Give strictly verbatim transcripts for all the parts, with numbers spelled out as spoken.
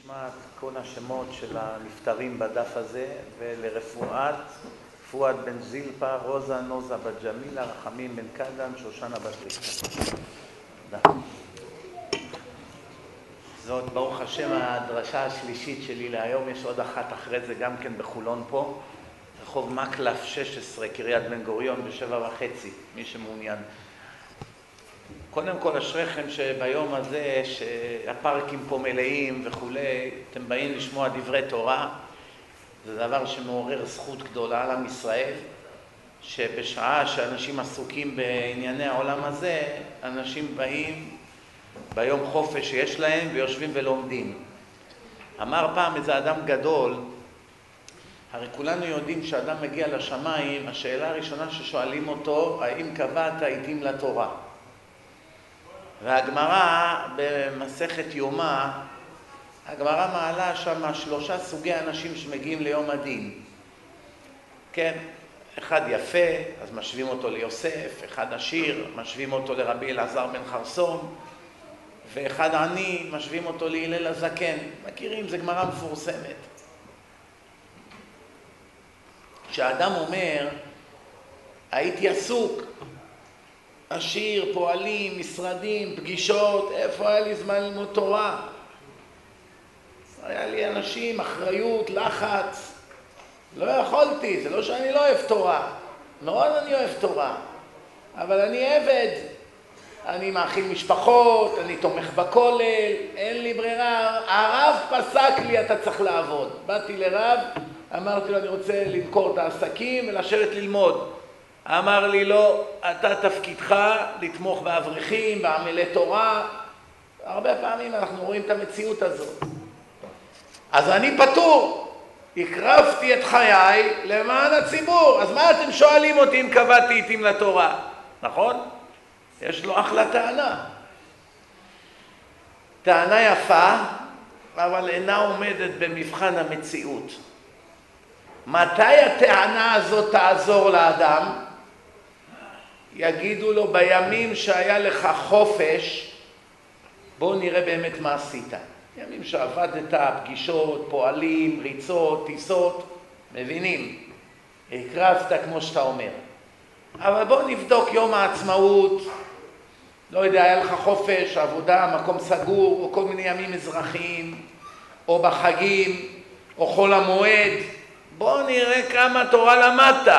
נשמע את כל השמות של הנפטרים בדף הזה, ולרפואת פואד בן זילפה, רוזה נוזה בת ג'מילה, רחמים בן קדן, שושנה בת ריקה. תודה. זאת ברוך השם הדרשה השלישית שלי להיום, יש עוד אחת אחרי זה גם כן בחולון פה, רחוב מקלף שש עשרה, קריית בן גוריון בשבע וחצי, מי שמעוניין. קודם כל אשריכם שביום הזה שהפארקים פה מלאים וכולי, אתם באים לשמוע דברי תורה, זה דבר שמעורר זכות גדולה על עם ישראל, שבשעה שאנשים עסוקים בענייני העולם הזה, אנשים באים ביום חופש שיש להם ויושבים ולומדים. אמר פעם איזה אדם גדול, הרי כולנו יודעים שאדם מגיע לשמיים, השאלה הראשונה ששואלים אותו, האם קבעת עיתים לתורה? והגמרא במסכת יומא, הגמרא מעלה שם שלושה סוגי אנשים שמגיעים ליום הדין. כן, אחד יפה, אז משווים אותו ליוסף, אחד עשיר, משווים אותו לרבי אלעזר בן חרסון, ואחד עני, משווים אותו להלל הזקן. מכירים, זה גמרא מפורסמת. כשאדם אומר, הייתי עסוק, עשיר, פועלים, משרדים, פגישות, איפה היה לי זמן ללמוד תורה? היה לי אנשים, אחריות, לחץ, לא יכולתי, זה לא שאני לא אוהב תורה, מאוד אני אוהב תורה, אבל אני עבד, אני מאכיל משפחות, אני תומך בכולל, אין לי ברירה, הרב פסק לי, אתה צריך לעבוד. באתי לרב, אמרתי לו, אני רוצה למכור את העסקים ולשבת ללמוד. אמר לי, לא, אתה תפקידך לתמוך באברכים, בעמלי תורה. הרבה פעמים אנחנו רואים את המציאות הזאת. אז אני פטור, הקרבתי את חיי למען הציבור. אז מה אתם שואלים אותי אם קבעתי עיתים לתורה? נכון? יש לו אחלה טענה. טענה יפה, אבל אינה עומדת במבחן המציאות. מתי הטענה הזאת תעזור לאדם? יגידו לו בימים שהיה לך חופש, בוא נראה באמת מה עשית. ימים שעבדת, פגישות, פועלים, ריצות, טיסות, מבינים? הקרבת כמו שאתה אומר. אבל בוא נבדוק יום העצמאות, לא יודע, היה לך חופש, עבודה, מקום סגור, או כל מיני ימים אזרחיים, או בחגים, או חול המועד. בוא נראה כמה תורה למדת.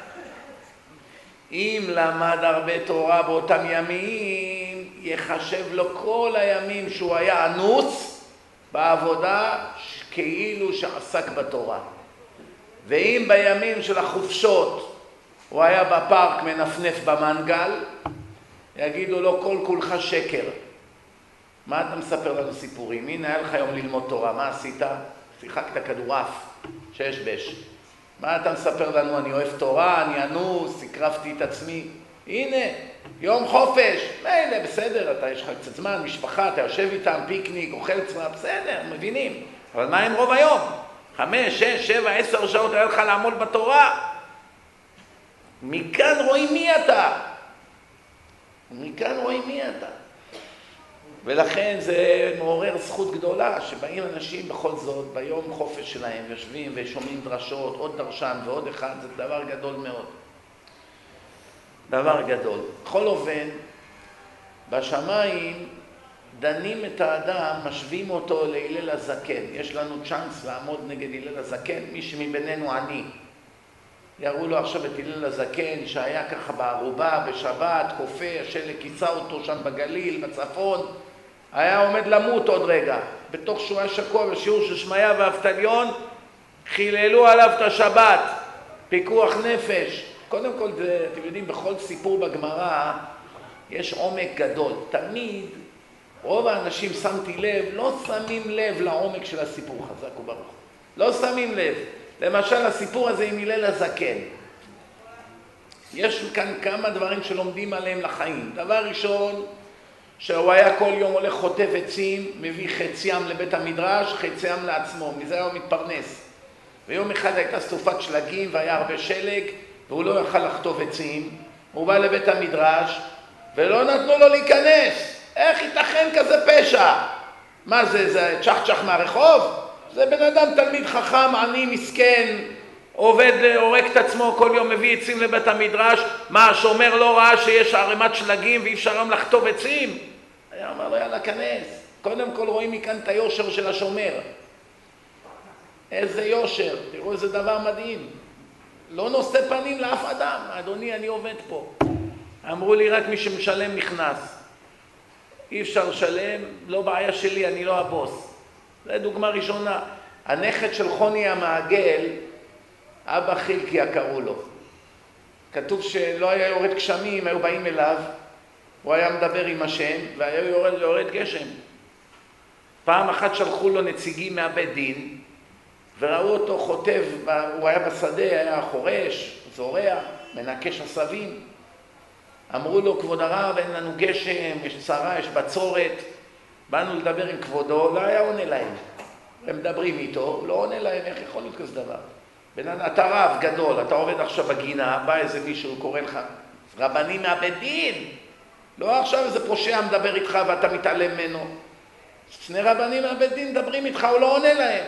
אם למד הרבה תורה באותם ימים, יחשב לו כל הימים שהוא היה אנוס בעבודה כאילו שעסק בתורה. ואם בימים של החופשות הוא היה בפארק מנפנף במנגל, יגידו לו כל כולך שקר. מה אתה מספר לנו סיפורים? הנה היה לך יום ללמוד תורה, מה עשית? שיחקת כדורעף, שש בש. מה אתה מספר לנו? אני אוהב תורה, אני אנוס, הקרבתי את עצמי. הנה, יום חופש. מילא, בסדר, אתה יש לך קצת זמן, משפחה, אתה יושב איתם, פיקניק, אוכל צמא, בסדר, מבינים. אבל מה עם רוב היום? חמש, שש, שבע, עשר שעות היה לך לעמוד בתורה. מכאן רואים מי אתה. מכאן רואים מי אתה. ולכן זה מעורר זכות גדולה שבאים אנשים בכל זאת ביום חופש שלהם יושבים ושומעים דרשות, עוד דרשן ועוד אחד, זה דבר גדול מאוד. דבר גדול. בכל אופן, בשמיים דנים את האדם, משווים אותו להלל הזקן. יש לנו צ'אנס לעמוד נגד הלל הזקן, מי שמבינינו עני. יראו לו עכשיו את הלל הזקן שהיה ככה בערובה, בשבת, קופה, השלג כיסה אותו שם בגליל, בצפון. היה עומד למות עוד רגע. בתוך שהוא היה שקוע בשיעור של שמעיה ואבטליון, חיללו עליו את השבת, פיקוח נפש. קודם כל, זה, אתם יודעים, בכל סיפור בגמרא יש עומק גדול. תמיד, רוב האנשים, שמתי לב, לא שמים לב לעומק של הסיפור, חזק וברוך. לא שמים לב. למשל, הסיפור הזה עם הלל הזקן. יש כאן כמה דברים שלומדים עליהם לחיים. דבר ראשון, שהוא היה כל יום הולך חוטף עצים, מביא חציים לבית המדרש, חציים לעצמו, מזה היה הוא מתפרנס. ויום אחד הייתה סופת שלגים והיה הרבה שלג, והוא לא יכל לחטוף עצים. הוא בא לבית המדרש, ולא נתנו לו להיכנס. איך ייתכן כזה פשע? מה זה, זה צ'ח צ'ח מהרחוב? זה בן אדם תלמיד חכם, עני, מסכן, עובד, הורג את עצמו, כל יום מביא עצים לבית המדרש. מה, השומר לא ראה שיש ערימת שלגים ואי אפשר גם לחטוב עצים? היה אומר לו, יאללה, כנס. קודם כל רואים מכאן את היושר של השומר. איזה יושר, תראו איזה דבר מדהים. לא נושא פנים לאף אדם. אדוני, אני עובד פה. אמרו לי, רק מי שמשלם נכנס. אי אפשר לשלם, לא בעיה שלי, אני לא הבוס. זו דוגמה ראשונה. הנכד של חוני המעגל, אבא חילקיה קראו לו. כתוב שלא היה יורד גשמים, היו באים אליו, הוא היה מדבר עם השם, והיה יורד, יורד גשם. פעם אחת שלחו לו נציגים מהבית דין, וראו אותו חוטב, הוא היה בשדה, היה חורש, זורע, מנקש עשבים. אמרו לו, כבוד הרב, אין לנו גשם, יש צרה, יש בצורת. באנו לדבר עם כבודו, לא היה עונה להם. הם מדברים איתו, הוא לא עונה להם, איך יכול להיות כזה דבר? אתה רב גדול, אתה עובד עכשיו בגינה, בא איזה מישהו, קורא לך, רבנים מהבית דין. לא עכשיו איזה פושע מדבר איתך ואתה מתעלם ממנו. שני רבנים מהבית דין מדברים איתך, הוא לא עונה להם.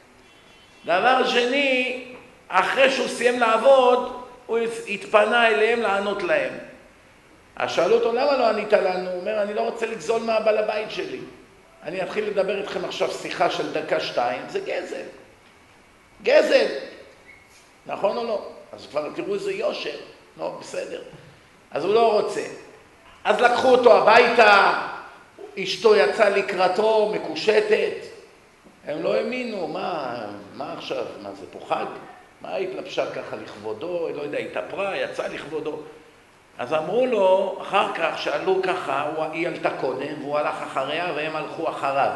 דבר שני, אחרי שהוא סיים לעבוד, הוא התפנה אליהם לענות להם. אז שאלו אותו, למה לא ענית לנו? הוא אומר, אני לא רוצה לגזול מהבעל הבית שלי. אני אתחיל לדבר איתכם עכשיו שיחה של דקה שתיים, זה גזל. גזל. נכון או לא? אז כבר תראו איזה יושר. לא, בסדר. אז הוא לא רוצה. אז לקחו אותו הביתה, אשתו יצאה לקראתו, מקושטת. הם לא האמינו, מה, מה עכשיו? מה זה פה חג? מה התלבשה ככה לכבודו? לא יודע, התאפרה, יצאה לכבודו. אז אמרו לו, אחר כך שאלו ככה, היא עלתה קודם, והוא הלך אחריה והם הלכו אחריו.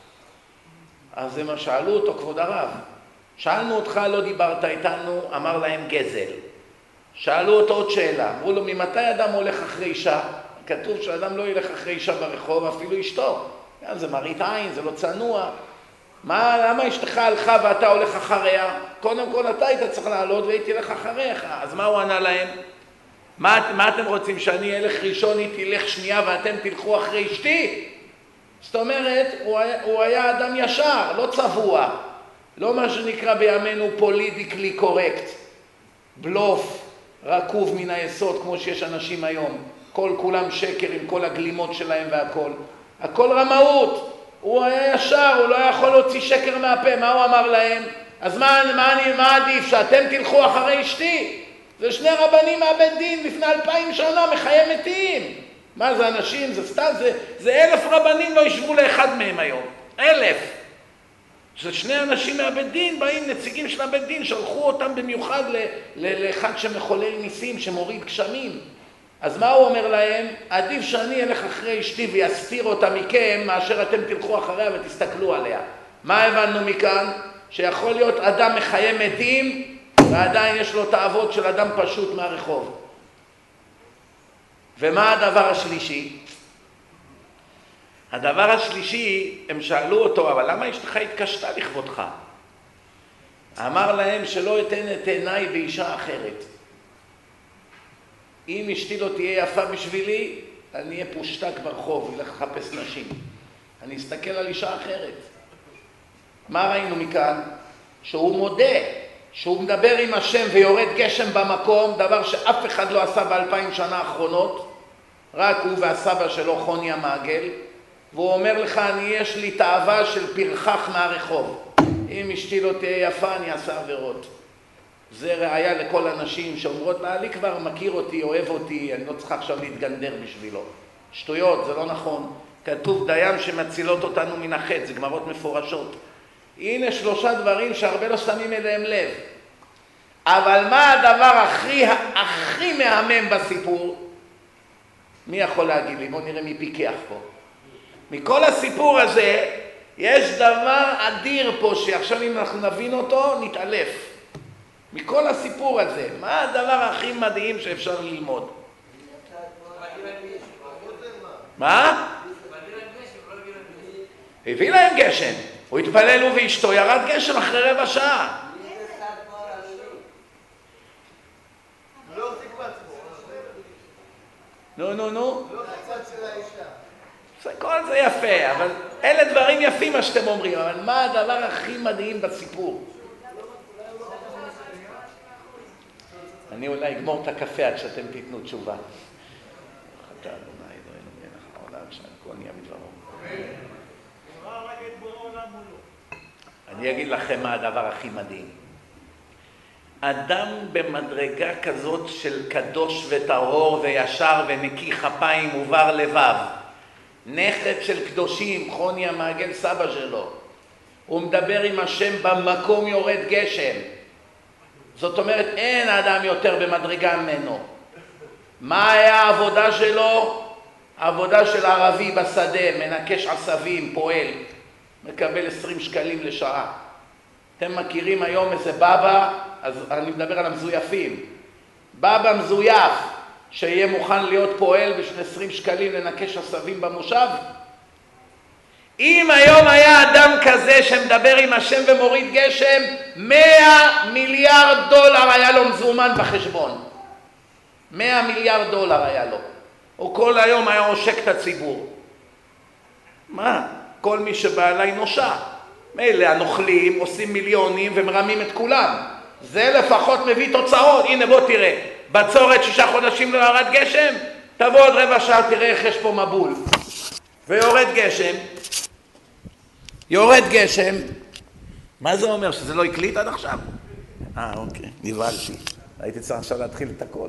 אז הם שאלו אותו, כבוד הרב, שאלנו אותך, לא דיברת איתנו, אמר להם גזל. שאלו אותו עוד שאלה, אמרו לו, ממתי אדם הולך אחרי אישה? כתוב שאדם לא ילך אחרי אישה ברחוב, אפילו אשתו. זה מראית עין, זה לא צנוע. מה, למה אשתך הלכה ואתה הולך אחריה? קודם כל אתה היית צריך לעלות והייתי לך אחריך. אז מה הוא ענה להם? מה, מה אתם רוצים, שאני אלך ראשון, היא תלך שנייה ואתם תלכו אחרי אשתי? זאת אומרת, הוא היה, הוא היה אדם ישר, לא צבוע. לא מה שנקרא בימינו פוליטיקלי קורקט. בלוף, רקוב מן היסוד, כמו שיש אנשים היום. כל כולם שקר עם כל הגלימות שלהם והכל. הכל רמאות. הוא היה ישר, הוא לא יכול להוציא שקר מהפה. מה הוא אמר להם? אז מה, מה, מה, מה עדיף? שאתם תלכו אחרי אשתי? זה שני רבנים מהבית דין לפני אלפיים שנה, מחיי מתים. מה זה אנשים? זה סתם, זה, זה אלף רבנים לא ישבו לאחד מהם היום. אלף. זה שני אנשים מהבית דין, באים נציגים של הבית דין, שלחו אותם במיוחד ל, ל, לאחד שמחולל ניסים, שמוריד גשמים. אז מה הוא אומר להם? עדיף שאני אלך אחרי אשתי ויסתיר אותה מכם, מאשר אתם תלכו אחריה ותסתכלו עליה. מה הבנו מכאן? שיכול להיות אדם מחיי מתים, ועדיין יש לו תאוות של אדם פשוט מהרחוב. ומה הדבר השלישי? הדבר השלישי, הם שאלו אותו, אבל למה אשתך התקשתה לכבודך? אמר להם שלא אתן את עיניי באישה אחרת. אם אשתי לא תהיה יפה בשבילי, אני אהיה פושטק ברחוב, אלך לחפש נשים. אני אסתכל על אישה אחרת. מה ראינו מכאן? שהוא מודה, שהוא מדבר עם השם ויורד גשם במקום, דבר שאף אחד לא עשה באלפיים שנה האחרונות, רק הוא והסבא שלו חוני המעגל, והוא אומר לך, אני יש לי תאווה של פרחח מהרחוב. אם אשתי לא תהיה יפה, אני אעשה עבירות. זה ראיה לכל הנשים שאומרות, בעלי כבר מכיר אותי, אוהב אותי, אני לא צריכה עכשיו להתגנדר בשבילו. שטויות, זה לא נכון. כתוב דיין שמצילות אותנו מן החטא, זה גמרות מפורשות. הנה שלושה דברים שהרבה לא שמים אליהם לב. אבל מה הדבר הכי, הכי מהמם בסיפור? מי יכול להגיד לי? בוא נראה מי פיקח פה. מכל הסיפור הזה, יש דבר אדיר פה, שעכשיו אם אנחנו נבין אותו, נתעלף. מכל הסיפור הזה, מה הדבר הכי מדהים שאפשר ללמוד? מה? הביא להם גשם. הוא התפלל הוא ואשתו, ירד גשם אחרי רבע שעה. נו, נו, נו. כל זה יפה, אבל אלה דברים יפים מה שאתם אומרים, אבל מה הדבר הכי מדהים בסיפור? אני אולי אגמור את הקפה עד שאתם תיתנו תשובה. חטא אדוני אלוהינו מלך העולם שהכל נהיה בדברו. אני אגיד לכם מה הדבר הכי מדהים. אדם במדרגה כזאת של קדוש וטהור וישר ונקי כפיים ובר לבב, נכד של קדושים, חוני המעגל סבא שלו, הוא מדבר עם השם במקום יורד גשם. זאת אומרת, אין אדם יותר במדרגה ממנו. מה היה העבודה שלו? העבודה של ערבי בשדה, מנקש עשבים, פועל, מקבל עשרים שקלים לשעה. אתם מכירים היום איזה בבא, אז אני מדבר על המזויפים. בבא מזויף, שיהיה מוכן להיות פועל בשביל עשרים שקלים לנקש עשבים במושב? אם היום היה אדם כזה שמדבר עם השם ומוריד גשם, מאה מיליארד דולר היה לו מזומן בחשבון. מאה מיליארד דולר היה לו. הוא כל היום היה עושק את הציבור. מה? כל מי שבא אליי נושע. מילא הנוכלים עושים מיליונים ומרמים את כולם. זה לפחות מביא תוצאות. הנה בוא תראה. בצורת שישה חודשים לא ירד גשם, תבוא עוד רבע שעה תראה איך יש פה מבול. ויורד גשם. יורד גשם. מה זה אומר? שזה לא הקליט עד עכשיו? אה, אוקיי. נבהלתי. הייתי צריך עכשיו להתחיל את הכל.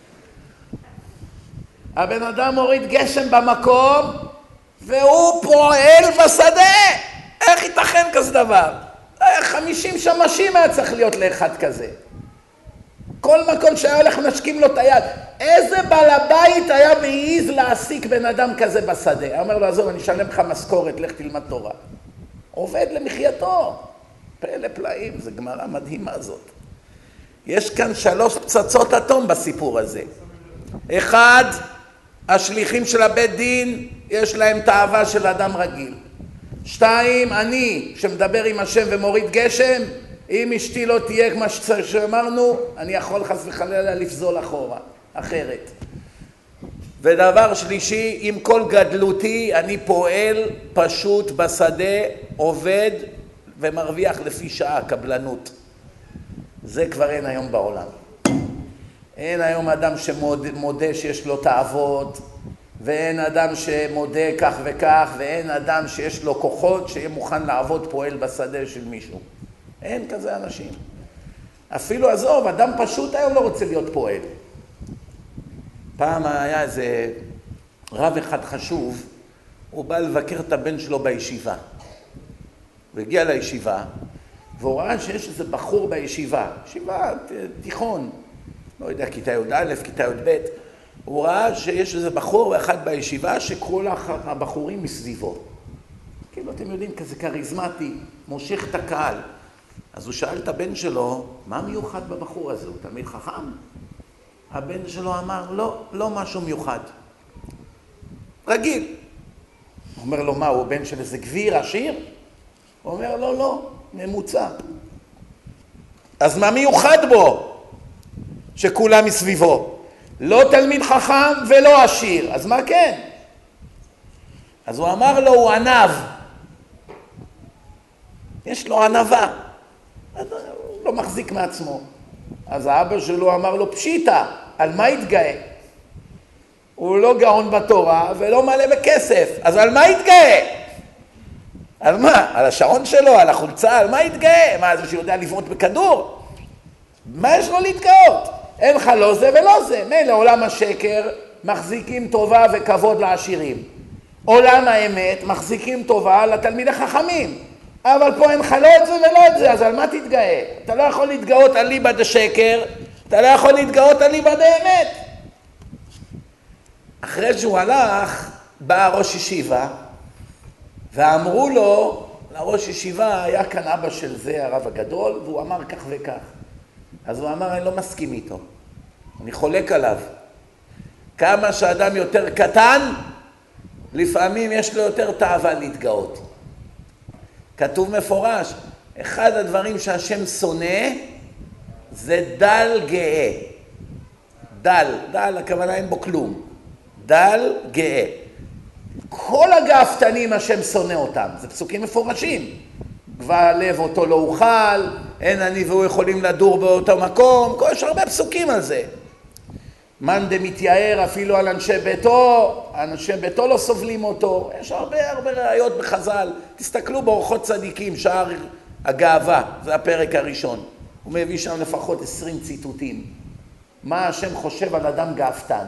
הבן אדם מוריד גשם במקום, והוא פועל בשדה. איך ייתכן כזה דבר? חמישים שמשים היה צריך להיות לאחד כזה. כל מקום שהיה הולך נשקים לו את היד. איזה בעל הבית היה מעיז להעסיק בן אדם כזה בשדה? אומר לו, עזוב, אני אשלם לך משכורת, לך תלמד תורה. עובד למחייתו. פלא פלאים, זה גמרא מדהימה הזאת. יש כאן שלוש פצצות אטום בסיפור הזה. אחד, השליחים של הבית דין, יש להם תאווה של אדם רגיל. שתיים, אני שמדבר עם השם ומוריד גשם, אם אשתי לא תהיה כמו שאמרנו, אני יכול חס וחלילה לפזול אחורה, אחרת. ודבר שלישי, עם כל גדלותי, אני פועל פשוט בשדה, עובד ומרוויח לפי שעה, קבלנות. זה כבר אין היום בעולם. אין היום אדם שמודה שיש לו תאוות, ואין אדם שמודה כך וכך, ואין אדם שיש לו כוחות שיהיה מוכן לעבוד פועל בשדה של מישהו. אין כזה אנשים. אפילו עזוב, אדם פשוט היום לא רוצה להיות פועל. פעם היה איזה רב אחד חשוב, הוא בא לבקר את הבן שלו בישיבה. הוא הגיע לישיבה, והוא ראה שיש איזה בחור בישיבה, ישיבה תיכון, לא יודע, כיתה י' א', כיתה י' ב', הוא ראה שיש איזה בחור אחד בישיבה שקראו לך הבחורים מסביבו. כאילו אתם יודעים, כזה קריזמטי, מושך את הקהל. אז הוא שאל את הבן שלו, מה מיוחד בבחור הזה? הוא תמיד חכם? הבן שלו אמר, לא, לא משהו מיוחד. רגיל. הוא אומר לו, מה, הוא בן של איזה גביר עשיר? הוא אומר, לא, לא, ממוצע. אז מה מיוחד בו? שכולם מסביבו. לא תלמיד חכם ולא עשיר. אז מה כן? אז הוא אמר לו, הוא ענב. יש לו ענבה. הוא לא מחזיק מעצמו. אז האבא שלו אמר לו, פשיטה, על מה יתגאה? הוא לא גאון בתורה ולא מלא בכסף. אז על מה יתגאה? על מה? על השעון שלו, על החולצה, על מה יתגאה? מה, זה שיודע לבעוט בכדור? מה יש לו להתגאות? אין לך לא זה ולא זה. מילא עולם השקר מחזיקים טובה וכבוד לעשירים. עולם האמת מחזיקים טובה לתלמידי חכמים. אבל פה אין לך לא את זה ולא את זה, אז על מה תתגאה? אתה לא יכול להתגאות על ליבא דשקר, אתה לא יכול להתגאות על ליבא דאמת. אחרי שהוא הלך, בא ראש ישיבה, ואמרו לו, לראש ישיבה היה כאן אבא של זה, הרב הגדול, והוא אמר כך וכך. אז הוא אמר, אני לא מסכים איתו, אני חולק עליו. כמה שאדם יותר קטן, לפעמים יש לו יותר תאווה להתגאות. כתוב מפורש, אחד הדברים שהשם שונא, זה דל גאה. דל, דל, הכוונה אין בו כלום. דל גאה. כל הגאוותנים השם שונא אותם. זה פסוקים מפורשים. גבל לב אותו לא אוכל, אין אני והוא יכולים לדור באותו מקום, יש הרבה פסוקים על זה. מאן דמתייער אפילו על אנשי ביתו, אנשי ביתו לא סובלים אותו. יש הרבה הרבה ראיות בחז"ל. תסתכלו באורחות צדיקים, שער הגאווה, זה הפרק הראשון. הוא מביא שם לפחות עשרים ציטוטים. מה השם חושב על אדם גאוותן.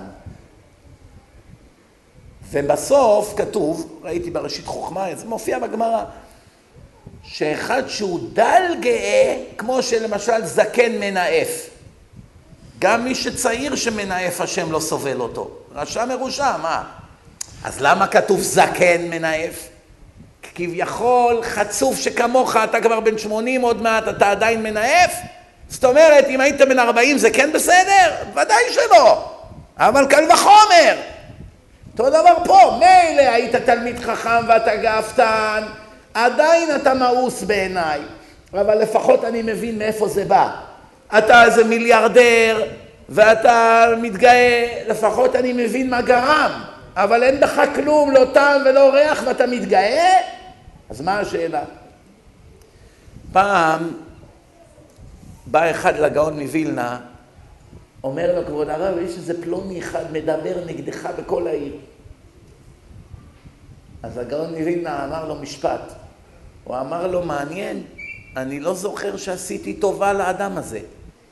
ובסוף כתוב, ראיתי בראשית חוכמה, זה מופיע בגמרא, שאחד שהוא דל גאה, כמו שלמשל זקן מנאף. גם מי שצעיר שמנאף השם לא סובל אותו. רשע מרושע, מה? אז למה כתוב זקן מנאף? כביכול חצוף שכמוך, אתה כבר בן שמונים עוד מעט, אתה עדיין מנאף? זאת אומרת, אם היית בן ארבעים זה כן בסדר? ודאי שלא. אבל קל וחומר. אותו דבר פה, מילא היית תלמיד חכם ואתה גאוותן, עדיין אתה מאוס בעיניי, אבל לפחות אני מבין מאיפה זה בא. אתה איזה מיליארדר ואתה מתגאה, לפחות אני מבין מה גרם, אבל אין בך כלום, לא טעם ולא ריח ואתה מתגאה? אז מה השאלה? פעם בא אחד לגאון מווילנה, אומר לו, כבוד הרב, יש איזה פלוני אחד מדבר נגדך בכל העיר. אז הגאון מווילנה אמר לו משפט. הוא אמר לו, מעניין, אני לא זוכר שעשיתי טובה לאדם הזה.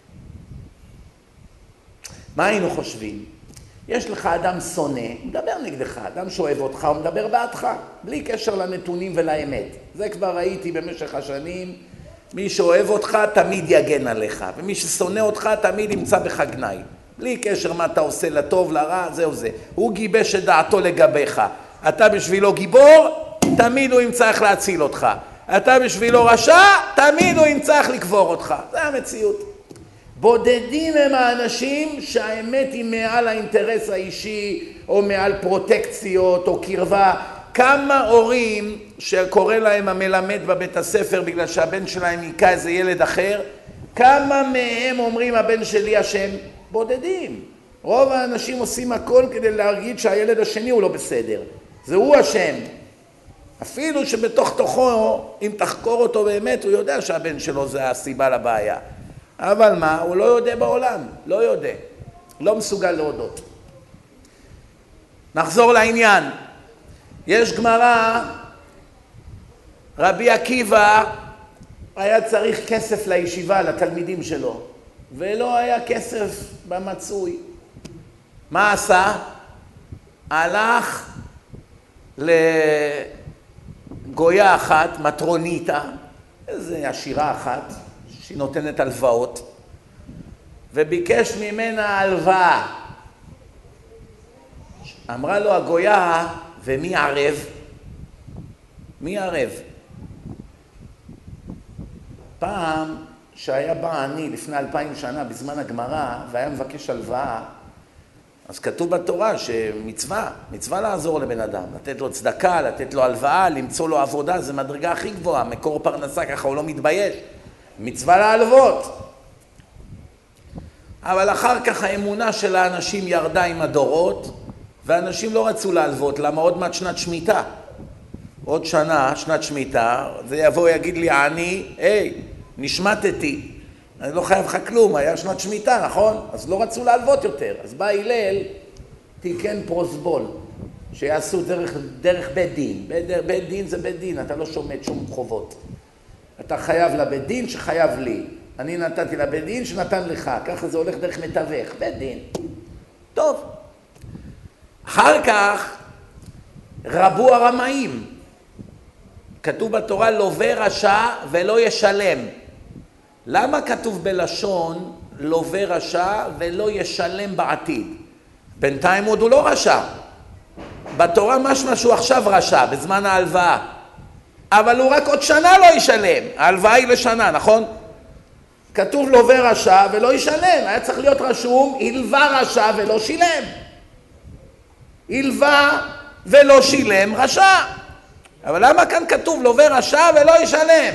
מה היינו חושבים? יש לך אדם שונא, הוא מדבר נגדך, אדם שאוהב אותך, הוא מדבר בעדך, בלי קשר לנתונים ולאמת. זה כבר ראיתי במשך השנים, מי שאוהב אותך תמיד יגן עליך, ומי ששונא אותך תמיד ימצא בך גנאי. בלי קשר מה אתה עושה לטוב, לרע, זהו זה. הוא גיבש את דעתו לגביך. אתה בשבילו גיבור, תמיד הוא ימצא איך להציל אותך. אתה בשבילו רשע, תמיד הוא ימצא איך לקבור אותך. זה המציאות. בודדים הם האנשים שהאמת היא מעל האינטרס האישי, או מעל פרוטקציות, או קרבה. כמה הורים שקורא להם המלמד בבית הספר בגלל שהבן שלהם יקע איזה ילד אחר, כמה מהם אומרים הבן שלי השם? בודדים. רוב האנשים עושים הכל כדי להרגיש שהילד השני הוא לא בסדר. זה הוא השם. אפילו שבתוך תוכו, אם תחקור אותו באמת, הוא יודע שהבן שלו זה הסיבה לבעיה. אבל מה? הוא לא יודע בעולם. לא יודע. לא מסוגל להודות. נחזור לעניין. יש גמרא, רבי עקיבא היה צריך כסף לישיבה, לתלמידים שלו, ולא היה כסף במצוי. מה עשה? הלך לגויה אחת, מטרוניתה, איזו עשירה אחת, שהיא נותנת הלוואות, וביקש ממנה הלוואה. אמרה לו הגויה, ומי ערב? מי ערב? פעם שהיה בא אני לפני אלפיים שנה בזמן הגמרא והיה מבקש הלוואה, אז כתוב בתורה שמצווה, מצווה לעזור לבן אדם, לתת לו צדקה, לתת לו הלוואה, למצוא לו עבודה, זה מדרגה הכי גבוהה, מקור פרנסה, ככה הוא לא מתבייש. מצווה להלוות. אבל אחר כך האמונה של האנשים ירדה עם הדורות, ואנשים לא רצו להלוות, למה עוד מעט שנת שמיטה. עוד שנה, שנת שמיטה, זה יבוא יגיד לי, אני, היי, נשמטתי, אני לא חייב לך כלום, היה שנת שמיטה, נכון? אז לא רצו להלוות יותר. אז בא הלל, תיקן פרוסבול, שיעשו דרך, דרך בית דין. בית, בית דין זה בית דין, אתה לא שומט שום חובות. אתה חייב לבית דין שחייב לי. אני נתתי לבית דין שנתן לך, ככה זה הולך דרך מתווך, בית דין. טוב. אחר כך רבו הרמאים. כתוב בתורה לווה רשע ולא ישלם. למה כתוב בלשון לווה רשע ולא ישלם בעתיד? בינתיים עוד הוא לא רשע. בתורה משמע שהוא עכשיו רשע, בזמן ההלוואה. אבל הוא רק עוד שנה לא ישלם. ההלוואה היא לשנה, נכון? כתוב לווה רשע ולא ישלם. היה צריך להיות רשום, הלווה רשע ולא שילם. הלווה ולא שילם רשע. אבל למה כאן כתוב לווה רשע ולא ישלם?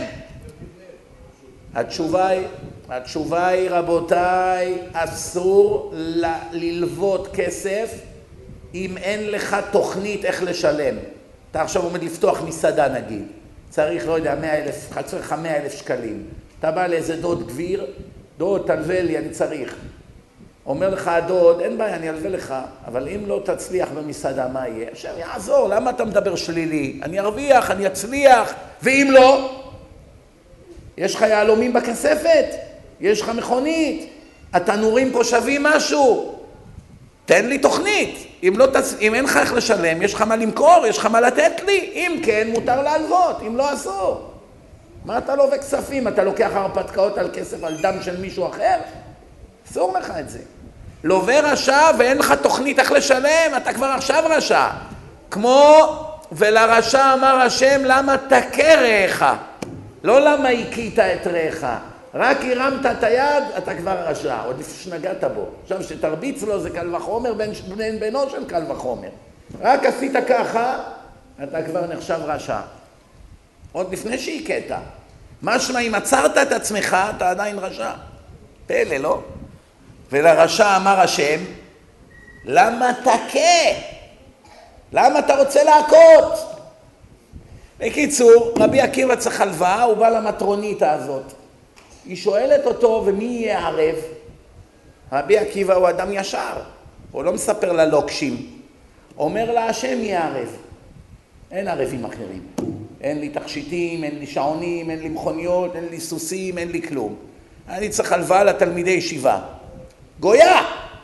התשובה היא, התשובה היא רבותיי, אסור ל- ללוות כסף אם אין לך תוכנית איך לשלם, אתה עכשיו עומד לפתוח מסעדה נגיד, צריך, לא יודע, מאה אלף, חצר לך מאה אלף שקלים, אתה בא לאיזה דוד גביר, דוד תלווה לי, אני צריך. אומר לך הדוד, אין בעיה, אני אלווה לך, אבל אם לא תצליח במסעדה, מה יהיה? השם יעזור, למה אתה מדבר שלילי? אני ארוויח, אני אצליח, ואם לא, יש לך יהלומים בכספת, יש לך מכונית, התנורים פה שווים משהו, תן לי תוכנית. אם, לא תצ... אם אין לך איך לשלם, יש לך מה למכור, יש לך מה לתת לי. אם כן, מותר להלוות, אם לא אסור. מה אתה לווה כספים? אתה לוקח הרפתקאות על כסף, על דם של מישהו אחר? אסור לך את זה. לווה רשע ואין לך תוכנית איך לשלם, אתה כבר עכשיו רשע. כמו, ולרשע אמר השם, למה תכה רעך? לא למה הכית את רעך. רק הרמת את היד, אתה כבר רשע, עוד לפני שנגעת בו. עכשיו שתרביץ לו זה קל וחומר, בין, בין בינו של קל וחומר. רק עשית ככה, אתה כבר נחשב רשע. עוד לפני שהכית. משמע, אם עצרת את עצמך, אתה עדיין רשע. פלא, לא? ולרשע אמר השם, למה תכה? למה אתה רוצה להכות? בקיצור, רבי עקיבא צריך הלוואה, הוא בא למטרונית הזאת. היא שואלת אותו, ומי יהיה ערב? רבי עקיבא הוא אדם ישר, הוא לא מספר לה לוקשים. אומר לה, השם יהיה ערב. אין ערבים אחרים. אין לי תכשיטים, אין לי שעונים, אין לי מכוניות, אין לי סוסים, אין לי כלום. אני צריך הלוואה לתלמידי ישיבה. גויה!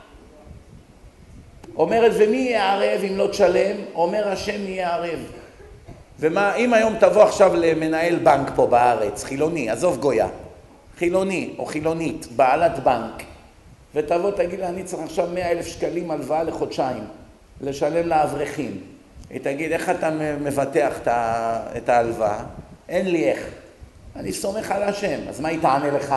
אומרת, ומי יהיה ערב אם לא תשלם? אומר, השם יהיה ערב. ומה, אם היום תבוא עכשיו למנהל בנק פה בארץ, חילוני, עזוב גויה, חילוני או חילונית, בעלת בנק, ותבוא תגיד לה, אני צריך עכשיו מאה אלף שקלים הלוואה לחודשיים, לשלם לאברכים. היא תגיד, איך אתה מבטח את ההלוואה? אין לי איך. אני סומך על השם. אז מה היא תענה לך?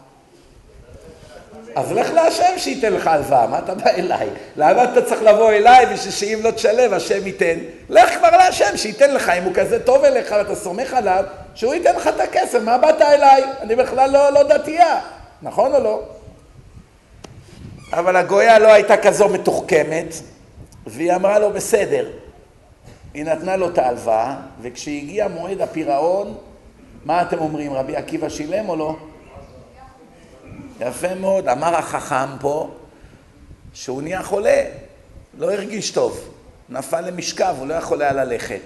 אז לך להשם שייתן לך הלוואה, מה אתה בא אליי? למה אתה צריך לבוא אליי בשביל שאם לא תשלם, השם ייתן? לך כבר להשם שייתן לך, אם הוא כזה טוב אליך ואתה סומך עליו, שהוא ייתן לך את הכסף, מה באת אליי? אני בכלל לא, לא דתייה, נכון או לא? אבל הגויה לא הייתה כזו מתוחכמת, והיא אמרה לו בסדר. היא נתנה לו את ההלוואה, וכשהגיע מועד הפירעון, מה אתם אומרים, רבי עקיבא שילם או לא? יפה מאוד, אמר החכם פה שהוא נהיה חולה, לא הרגיש טוב, נפל למשכב, הוא לא יכול היה ללכת.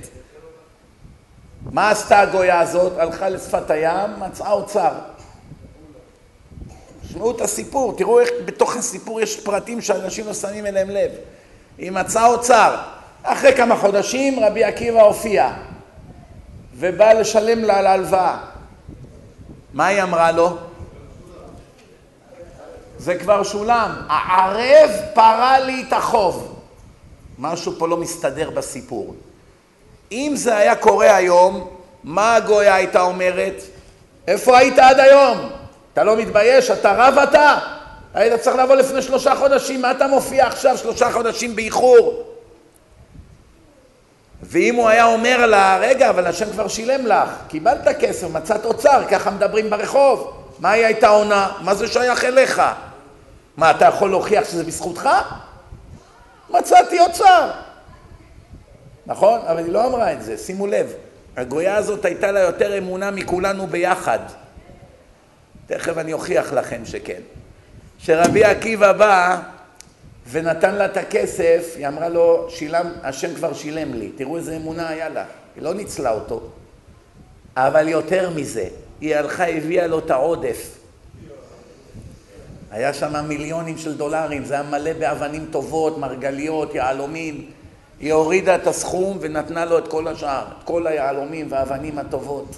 מה עשתה הגויה הזאת? הלכה לשפת הים, מצאה אוצר. שמעו את הסיפור, תראו איך בתוך הסיפור יש פרטים שאנשים לא שמים אליהם לב. היא מצאה אוצר, אחרי כמה חודשים רבי עקיבא הופיע ובא לשלם לה להלוואה. מה היא אמרה לו? זה כבר שולם, הערב פרה לי את החוב. משהו פה לא מסתדר בסיפור. אם זה היה קורה היום, מה הגויה הייתה אומרת? איפה היית עד היום? אתה לא מתבייש? אתה רב אתה? היית צריך לבוא לפני שלושה חודשים, מה אתה מופיע עכשיו שלושה חודשים באיחור? ואם הוא היה אומר לה, רגע, אבל השם כבר שילם לך, קיבלת כסף, מצאת אוצר, ככה מדברים ברחוב. מה היא הייתה עונה? מה זה שייך אליך? מה, אתה יכול להוכיח שזה בזכותך? מצאתי אוצר. נכון? אבל היא לא אמרה את זה, שימו לב. הגויה הזאת הייתה לה יותר אמונה מכולנו ביחד. תכף אני אוכיח לכם שכן. שרבי עקיבא בא ונתן לה את הכסף, היא אמרה לו, שילם, השם כבר שילם לי. תראו איזה אמונה היה לה. היא לא ניצלה אותו. אבל יותר מזה, היא הלכה, הביאה לו את העודף. היה שם מיליונים של דולרים, זה היה מלא באבנים טובות, מרגליות, יעלומים. היא הורידה את הסכום ונתנה לו את כל השאר, את כל היעלומים והאבנים הטובות.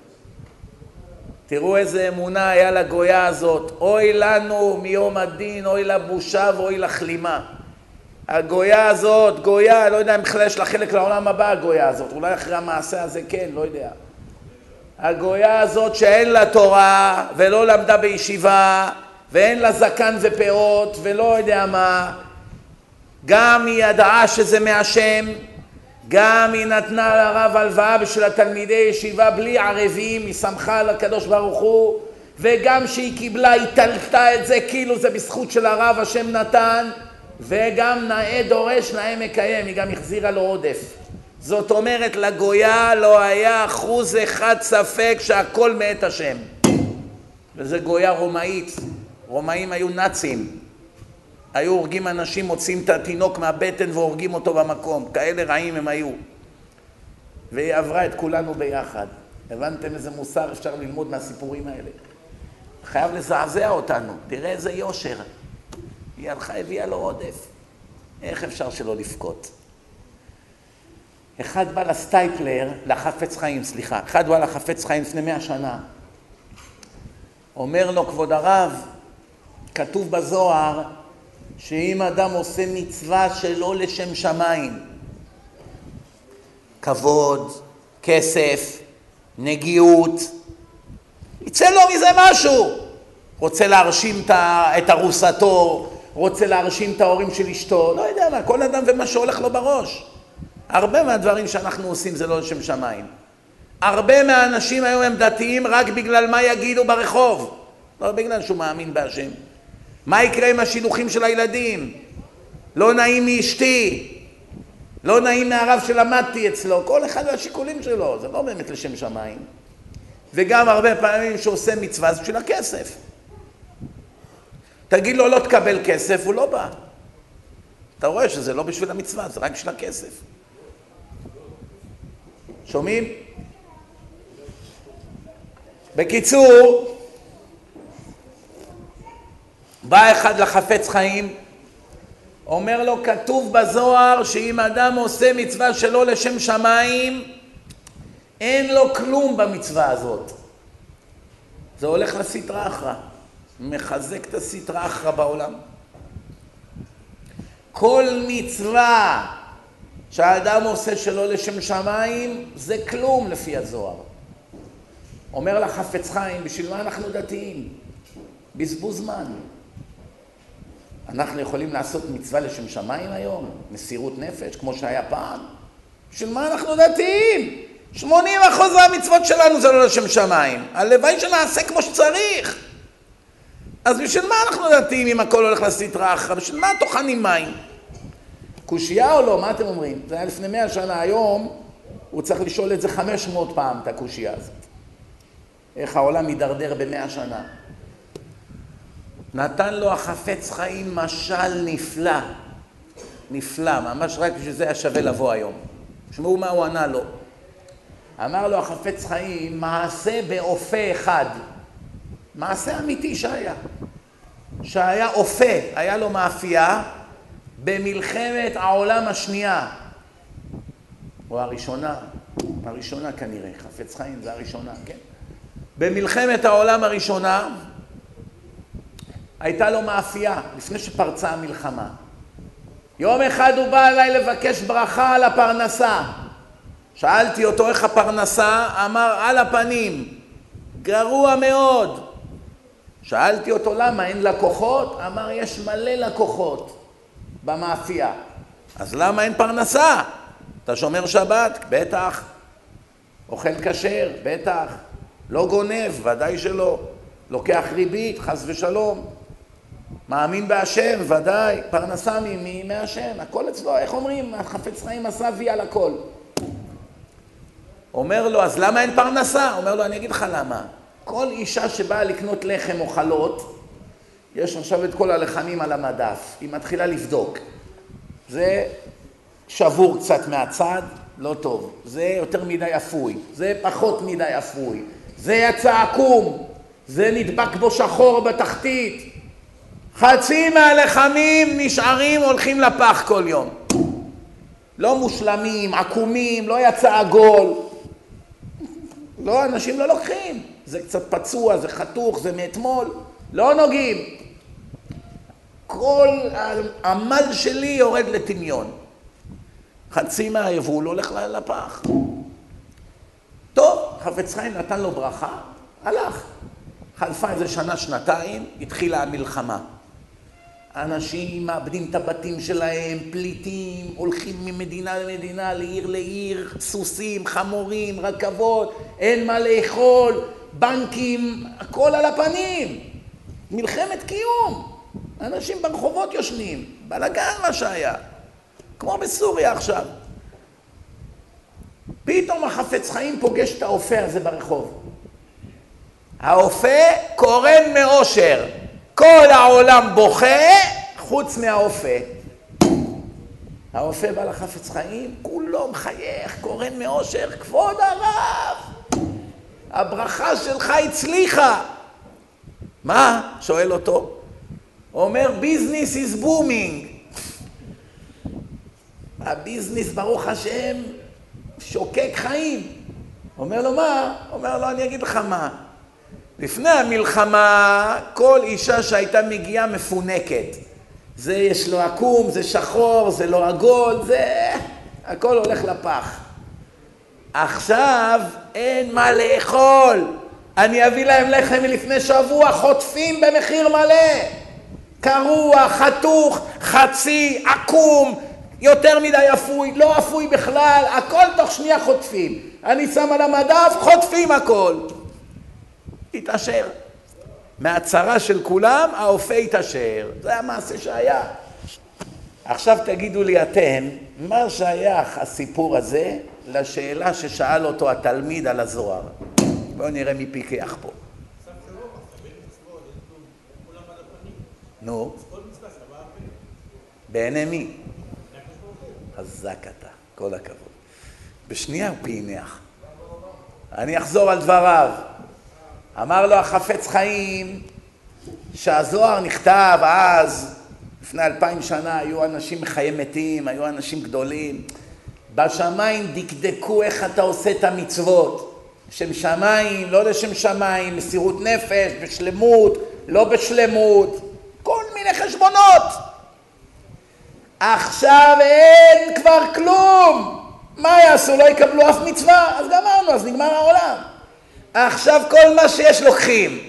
תראו איזה אמונה היה לגויה הזאת. אוי לנו מיום הדין, אוי לבושה ואוי לכלימה. הגויה הזאת, גויה, לא יודע אם בכלל יש לה חלק לעולם הבא, הגויה הזאת. אולי אחרי המעשה הזה כן, לא יודע. הגויה הזאת שאין לה תורה ולא למדה בישיבה, ואין לה זקן ופאות ולא יודע מה, גם היא ידעה שזה מהשם, גם היא נתנה לרב הלוואה בשביל התלמידי ישיבה בלי ערבים, היא שמחה על הקדוש ברוך הוא, וגם שהיא קיבלה, היא תלתה את זה כאילו זה בזכות של הרב השם נתן, וגם נאה דורש נאה מקיים, היא גם החזירה לו עודף. זאת אומרת, לגויה לא היה אחוז אחד ספק שהכל מאת השם. וזה גויה רומאית. רומאים היו נאצים. היו הורגים אנשים, מוצאים את התינוק מהבטן והורגים אותו במקום. כאלה רעים הם היו. והיא עברה את כולנו ביחד. הבנתם איזה מוסר אפשר ללמוד מהסיפורים האלה? חייב לזעזע אותנו. תראה איזה יושר. היא הלכה, הביאה לו עודף. איך אפשר שלא לפקוט? אחד בא לסטייפלר, לחפץ חיים, סליחה. אחד בא לחפץ חיים לפני מאה שנה. אומר לו, כבוד הרב, כתוב בזוהר, שאם אדם עושה מצווה שלא לשם שמיים, כבוד, כסף, נגיעות, יצא לו מזה משהו. רוצה להרשים את ארוסתו, רוצה להרשים את ההורים של אשתו, לא יודע מה, כל אדם ומה שהולך לו בראש. הרבה מהדברים שאנחנו עושים זה לא לשם שמיים. הרבה מהאנשים היום הם דתיים רק בגלל מה יגידו ברחוב, לא בגלל שהוא מאמין בהשם. מה יקרה עם השילוחים של הילדים? לא נעים מאשתי, לא נעים מהרב שלמדתי אצלו, כל אחד והשיקולים שלו, זה לא באמת לשם שמיים. וגם הרבה פעמים שעושה מצווה זה בשביל הכסף. תגיד לו לא תקבל כסף, הוא לא בא. אתה רואה שזה לא בשביל המצווה, זה רק בשביל הכסף. שומעים? בקיצור, בא אחד לחפץ חיים, אומר לו, כתוב בזוהר שאם אדם עושה מצווה שלא לשם שמיים, אין לו כלום במצווה הזאת. זה הולך לסטרא אחרא, מחזק את הסטרא אחרא בעולם. כל מצווה שהאדם עושה שלא לשם שמיים, זה כלום לפי הזוהר. אומר לחפץ חיים, בשביל מה אנחנו דתיים? בזבוז זמן. אנחנו יכולים לעשות מצווה לשם שמיים היום, מסירות נפש, כמו שהיה פעם. בשביל מה אנחנו דתיים? שמונים אחוז מהמצוות שלנו זה לא לשם שמיים. הלוואי שנעשה כמו שצריך. אז בשביל מה אנחנו דתיים אם הכל הולך לסטרא אחרא? בשביל מה טוחנים מים? קושייה או לא? מה אתם אומרים? זה היה לפני מאה שנה. היום הוא צריך לשאול את זה חמש מאות פעם, את הקושייה הזאת. איך העולם יידרדר במאה שנה. נתן לו החפץ חיים משל נפלא. נפלא, ממש רק בשביל זה היה שווה לבוא היום. שמעו מה הוא ענה לו. אמר לו החפץ חיים, מעשה באופה אחד. מעשה אמיתי שהיה. שהיה אופה, היה לו מאפייה במלחמת העולם השנייה. או הראשונה, הראשונה כנראה, חפץ חיים זה הראשונה, כן. במלחמת העולם הראשונה הייתה לו מאפייה לפני שפרצה המלחמה. יום אחד הוא בא אליי לבקש ברכה על הפרנסה. שאלתי אותו איך הפרנסה, אמר על הפנים, גרוע מאוד. שאלתי אותו למה, אין לקוחות? אמר יש מלא לקוחות במאפייה. אז למה אין פרנסה? אתה שומר שבת? בטח. אוכל כשר? בטח. לא גונב? ודאי שלא. לוקח ריבית? חס ושלום. מאמין בהשם? ודאי. פרנסה ממי? מהשם. הכל אצלו, איך אומרים? החפץ חיים עשה וי על הכל. אומר לו, אז למה אין פרנסה? אומר לו, אני אגיד לך למה. כל אישה שבאה לקנות לחם או חלות, יש עכשיו את כל הלחמים על המדף. היא מתחילה לבדוק. זה שבור קצת מהצד, לא טוב. זה יותר מדי אפוי. זה פחות מדי אפוי. זה יצא עקום. זה נדבק בו שחור בתחתית. חצי מהלחמים נשארים, הולכים לפח כל יום. לא מושלמים, עקומים, לא יצא עגול. לא, אנשים לא לוקחים. זה קצת פצוע, זה חתוך, זה מאתמול. לא נוגעים. כל העמל שלי יורד לטמיון. חצי מהיבול הולך לפח. טוב, חפץ חיים נתן לו ברכה, הלך. חלפה איזה שנה, שנתיים, התחילה המלחמה. אנשים מאבדים את הבתים שלהם, פליטים, הולכים ממדינה למדינה, לעיר לעיר, סוסים, חמורים, רכבות, אין מה לאכול, בנקים, הכל על הפנים. מלחמת קיום. אנשים ברחובות יושנים, בלגן מה שהיה, כמו בסוריה עכשיו. פתאום החפץ חיים פוגש את האופה הזה ברחוב. האופה קורן מאושר, כל העולם בוכה חוץ מהאופה. האופה בא לחפץ חיים, כולו מחייך, קורן מאושר, כבוד הרב, הברכה שלך הצליחה. מה? שואל אותו. הוא אומר, ביזנס is booming. הביזנס ברוך השם שוקק חיים. אומר לו מה? אומר לו, אני אגיד לך מה. לפני המלחמה, כל אישה שהייתה מגיעה מפונקת. זה יש לו עקום, זה שחור, זה לא עגול, זה... הכל הולך לפח. עכשיו אין מה לאכול. אני אביא להם לחם מלפני שבוע, חוטפים במחיר מלא. קרוע, חתוך, חצי, עקום, יותר מדי אפוי, לא אפוי בכלל, הכל תוך שנייה חוטפים. אני שם על המדף, חוטפים הכל. התעשר. מהצרה של כולם, האופה התעשר. זה המעשה שהיה. עכשיו תגידו לי אתם, מה שייך הסיפור הזה לשאלה ששאל אותו התלמיד על הזוהר? בואו נראה מי פיקח פה. נו, בעיני מי? חזק אתה, כל הכבוד. בשנייה הוא פענח. אני אחזור על דבריו. אמר לו החפץ חיים שהזוהר נכתב אז, לפני אלפיים שנה, היו אנשים חיי מתים, היו אנשים גדולים. בשמיים דקדקו איך אתה עושה את המצוות. שם שמיים, לא לשם שמיים, מסירות נפש, בשלמות, לא בשלמות. כל מיני חשבונות. עכשיו אין כבר כלום. מה יעשו? לא יקבלו אף מצווה? אז גמרנו, אז נגמר העולם. עכשיו כל מה שיש לוקחים.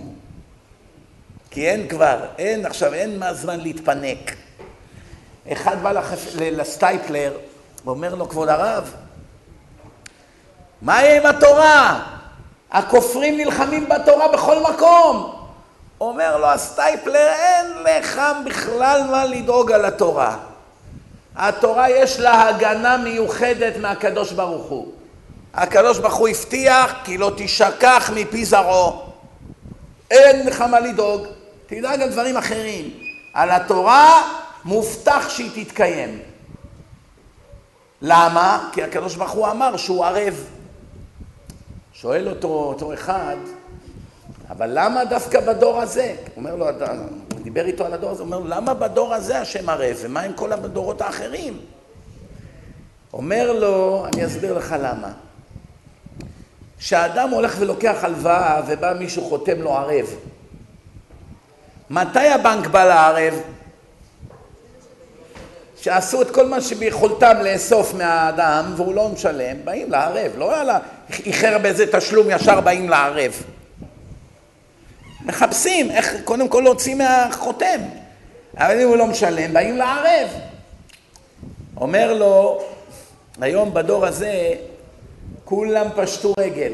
כי אין כבר, אין עכשיו, אין מה זמן להתפנק. אחד בא לחפ... לסטייפלר ואומר לו, כבוד הרב, מה יהיה עם התורה? הכופרים נלחמים בתורה בכל מקום. אומר לו הסטייפלר, אין לך בכלל מה לדאוג על התורה. התורה יש לה הגנה מיוחדת מהקדוש ברוך הוא. הקדוש ברוך הוא הבטיח כי לא תשכח מפי זרעו. אין לך מה לדאוג, תדאג על דברים אחרים. על התורה מובטח שהיא תתקיים. למה? כי הקדוש ברוך הוא אמר שהוא ערב. שואל אותו אותו אחד, אבל למה דווקא בדור הזה? הוא אומר לו, הוא דיבר איתו על הדור הזה, הוא אומר לו, למה בדור הזה השם ערב? ומה עם כל הדורות האחרים? אומר לו, אני אסביר לך למה. כשאדם הולך ולוקח הלוואה ובא מישהו חותם לו ערב, מתי הבנק בא לערב? שעשו את כל מה שביכולתם לאסוף מהאדם והוא לא משלם, באים לערב, לא על איחר באיזה תשלום ישר באים לערב. מחפשים איך קודם כל להוציא מהחותם, אבל אם הוא לא משלם באים לערב. אומר לו, היום בדור הזה כולם פשטו רגל,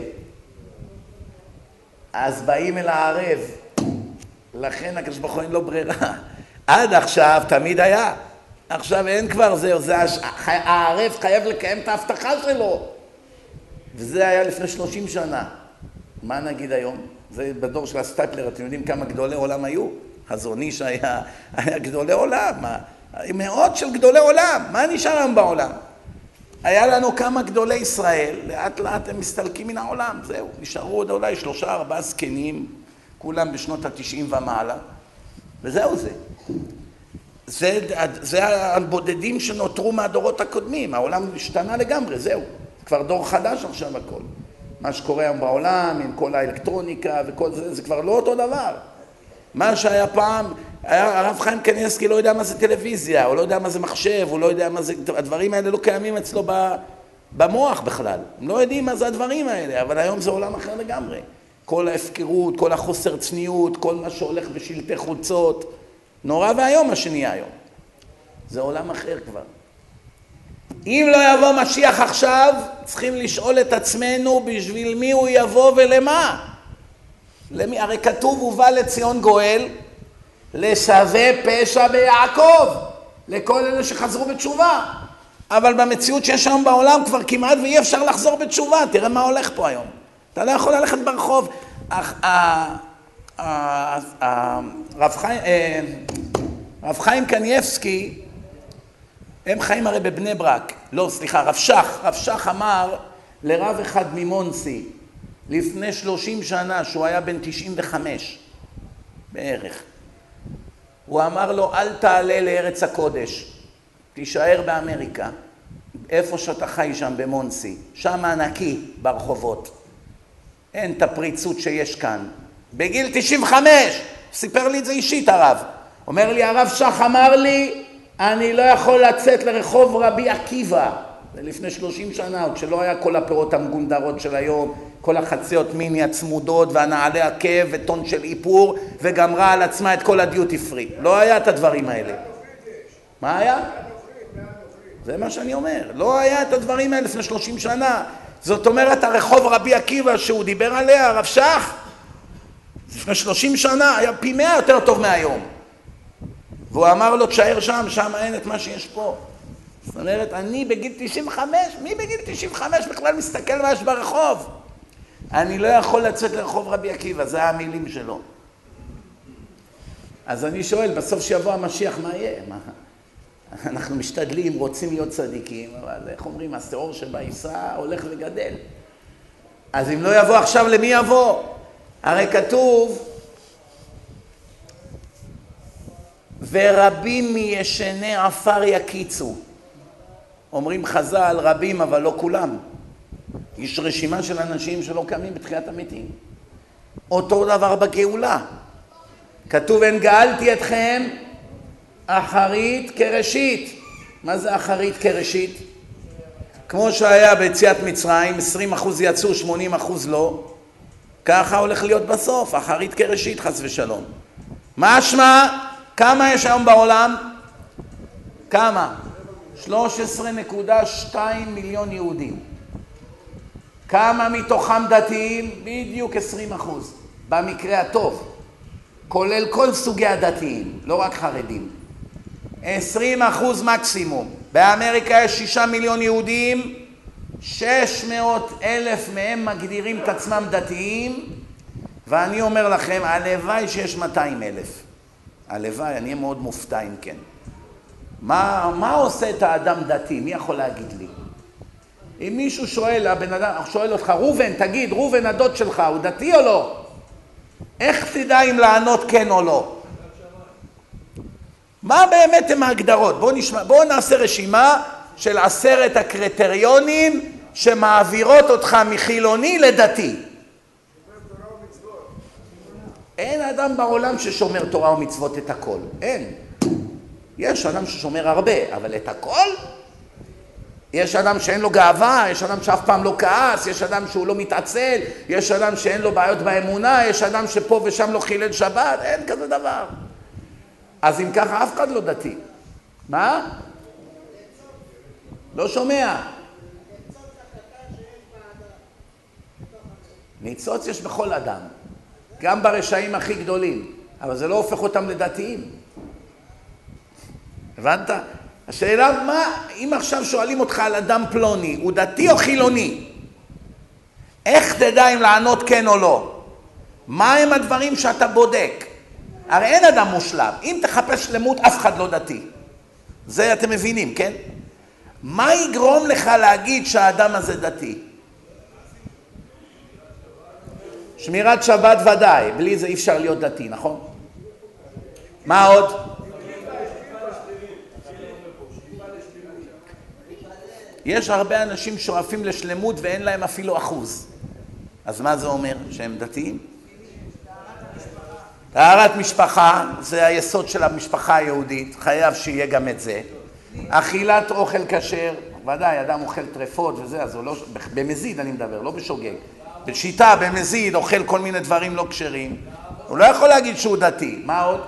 אז באים אל הערב, לכן הקדוש ברוך הוא אין לו ברירה. עד עכשיו תמיד היה, עכשיו אין כבר זהו, זה הערב חייב לקיים את ההבטחה שלו, וזה היה לפני שלושים שנה. מה נגיד היום? זה בדור של הסטייפלר, אתם יודעים כמה גדולי עולם היו? חזון איש היה, היה גדולי עולם, מאות של גדולי עולם, מה נשאר היום בעולם? היה לנו כמה גדולי ישראל, לאט לאט הם מסתלקים מן העולם, זהו, נשארו עוד אולי שלושה ארבעה זקנים, כולם בשנות התשעים ומעלה, וזהו זה. זה, זה הבודדים שנותרו מהדורות הקודמים, העולם השתנה לגמרי, זהו, כבר דור חדש עכשיו הכל. מה שקורה היום בעולם עם כל האלקטרוניקה וכל זה, זה כבר לא אותו דבר. מה שהיה פעם, הרב חיים קניאסקי לא יודע מה זה טלוויזיה, הוא לא יודע מה זה מחשב, הוא לא יודע מה זה, הדברים האלה לא קיימים אצלו במוח בכלל. הם לא יודעים מה זה הדברים האלה, אבל היום זה עולם אחר לגמרי. כל ההפקרות, כל החוסר צניעות, כל מה שהולך בשלטי חולצות, נורא והיום מה שנהיה היום. זה עולם אחר כבר. אם לא יבוא משיח עכשיו, צריכים לשאול את עצמנו בשביל מי הוא יבוא ולמה. למי? הרי כתוב ובא לציון גואל, לשווה פשע ביעקב, לכל אלה שחזרו בתשובה. אבל במציאות שיש היום בעולם כבר כמעט ואי אפשר לחזור בתשובה. תראה מה הולך פה היום. אתה לא יכול ללכת ברחוב. רב חיים קניאבסקי, הם חיים הרי בבני ברק. לא, סליחה, רב שח. רב שח אמר לרב אחד ממונסי, לפני שלושים שנה, שהוא היה בן תשעים וחמש בערך. הוא אמר לו, אל תעלה לארץ הקודש, תישאר באמריקה, איפה שאתה חי שם במונסי, שם נקי ברחובות. אין את הפריצות שיש כאן. בגיל תשעים וחמש, סיפר לי את זה אישית הרב. אומר לי, הרב שח אמר לי, אני לא יכול לצאת לרחוב רבי עקיבא. זה לפני שלושים שנה, עוד שלא היה כל הפירות המגונדרות של היום, כל החציות מיני הצמודות והנעלי עקב וטון של איפור, וגמרה על עצמה את כל הדיוטי פרי. לא היה את הדברים האלה. מה היה? זה מה שאני אומר. לא היה את הדברים האלה לפני שלושים שנה. זאת אומרת, הרחוב רבי עקיבא שהוא דיבר עליה, הרב שח, לפני שלושים שנה היה פי מאה יותר טוב מהיום. והוא אמר לו, תשאר שם, שם אין את מה שיש פה. זאת אומרת, אני בגיל תשעים וחמש, מי בגיל תשעים וחמש בכלל מסתכל מה יש ברחוב? אני לא יכול לצאת לרחוב רבי עקיבא, זה המילים שלו. אז אני שואל, בסוף שיבוא המשיח, מה יהיה? מה? אנחנו משתדלים, רוצים להיות צדיקים, אבל איך אומרים, השאור שבעיסה הולך וגדל. אז אם לא יבוא עכשיו, למי יבוא? הרי כתוב, ורבים מישני עפר יקיצו. אומרים חז"ל, רבים, אבל לא כולם. יש רשימה של אנשים שלא קמים בתחיית המתים. אותו דבר בגאולה. כתוב, אין גאלתי אתכם אחרית כראשית. מה זה אחרית כראשית? כמו שהיה ביציאת מצרים, עשרים אחוז יצאו, שמונים אחוז לא. ככה הולך להיות בסוף, אחרית כראשית, חס ושלום. מה שמה? כמה יש היום בעולם? כמה? שלוש עשרה נקודה שתיים מיליון יהודים. כמה מתוכם דתיים? בדיוק עשרים אחוז. במקרה הטוב. כולל כל סוגי הדתיים, לא רק חרדים. עשרים אחוז מקסימום. באמריקה יש שישה מיליון יהודים, שש מאות אלף מהם מגדירים את עצמם דתיים, ואני אומר לכם, הלוואי שיש מאתיים אלף. הלוואי, אני אהיה מאוד מופתע אם כן. מה, מה עושה את האדם דתי? מי יכול להגיד לי? אם מישהו שואל, הבן אדם שואל אותך, רובן, תגיד, רובן הדוד שלך, הוא דתי או לא? איך תדע אם לענות כן או לא? מה באמת הם ההגדרות? בואו נשמע, בואו נעשה רשימה של עשרת הקריטריונים שמעבירות אותך מחילוני לדתי. אין אדם בעולם ששומר תורה ומצוות את הכל. אין. יש אדם ששומר הרבה, אבל את הכל? יש אדם שאין לו גאווה, יש אדם שאף פעם לא כעס, יש אדם שהוא לא מתעצל, יש אדם שאין לו בעיות באמונה, יש אדם שפה ושם לא חילל שבת, אין כזה דבר. אז אם ככה אף אחד לא דתי. מה? לא שומע. ניצוץ יש בכל אדם. גם ברשעים הכי גדולים. אבל זה לא הופך אותם לדתיים. הבנת? השאלה מה, אם עכשיו שואלים אותך על אדם פלוני, הוא דתי או חילוני? איך תדע אם לענות כן או לא? מה הם הדברים שאתה בודק? הרי אין אדם מושלם. אם תחפש שלמות, אף אחד לא דתי. זה אתם מבינים, כן? מה יגרום לך להגיד שהאדם הזה דתי? שמירת שבת ודאי. בלי זה אי אפשר להיות דתי, נכון? מה עוד? יש הרבה אנשים שואפים לשלמות ואין להם אפילו אחוז. אז מה זה אומר? שהם דתיים? טהרת משפחה, זה היסוד של המשפחה היהודית, חייב שיהיה גם את זה. אכילת אוכל כשר, ודאי, אדם אוכל טרפות וזה, אז הוא לא, במזיד אני מדבר, לא בשוגג. בשיטה, במזיד, אוכל כל מיני דברים לא כשרים. הוא לא יכול להגיד שהוא דתי. מה עוד?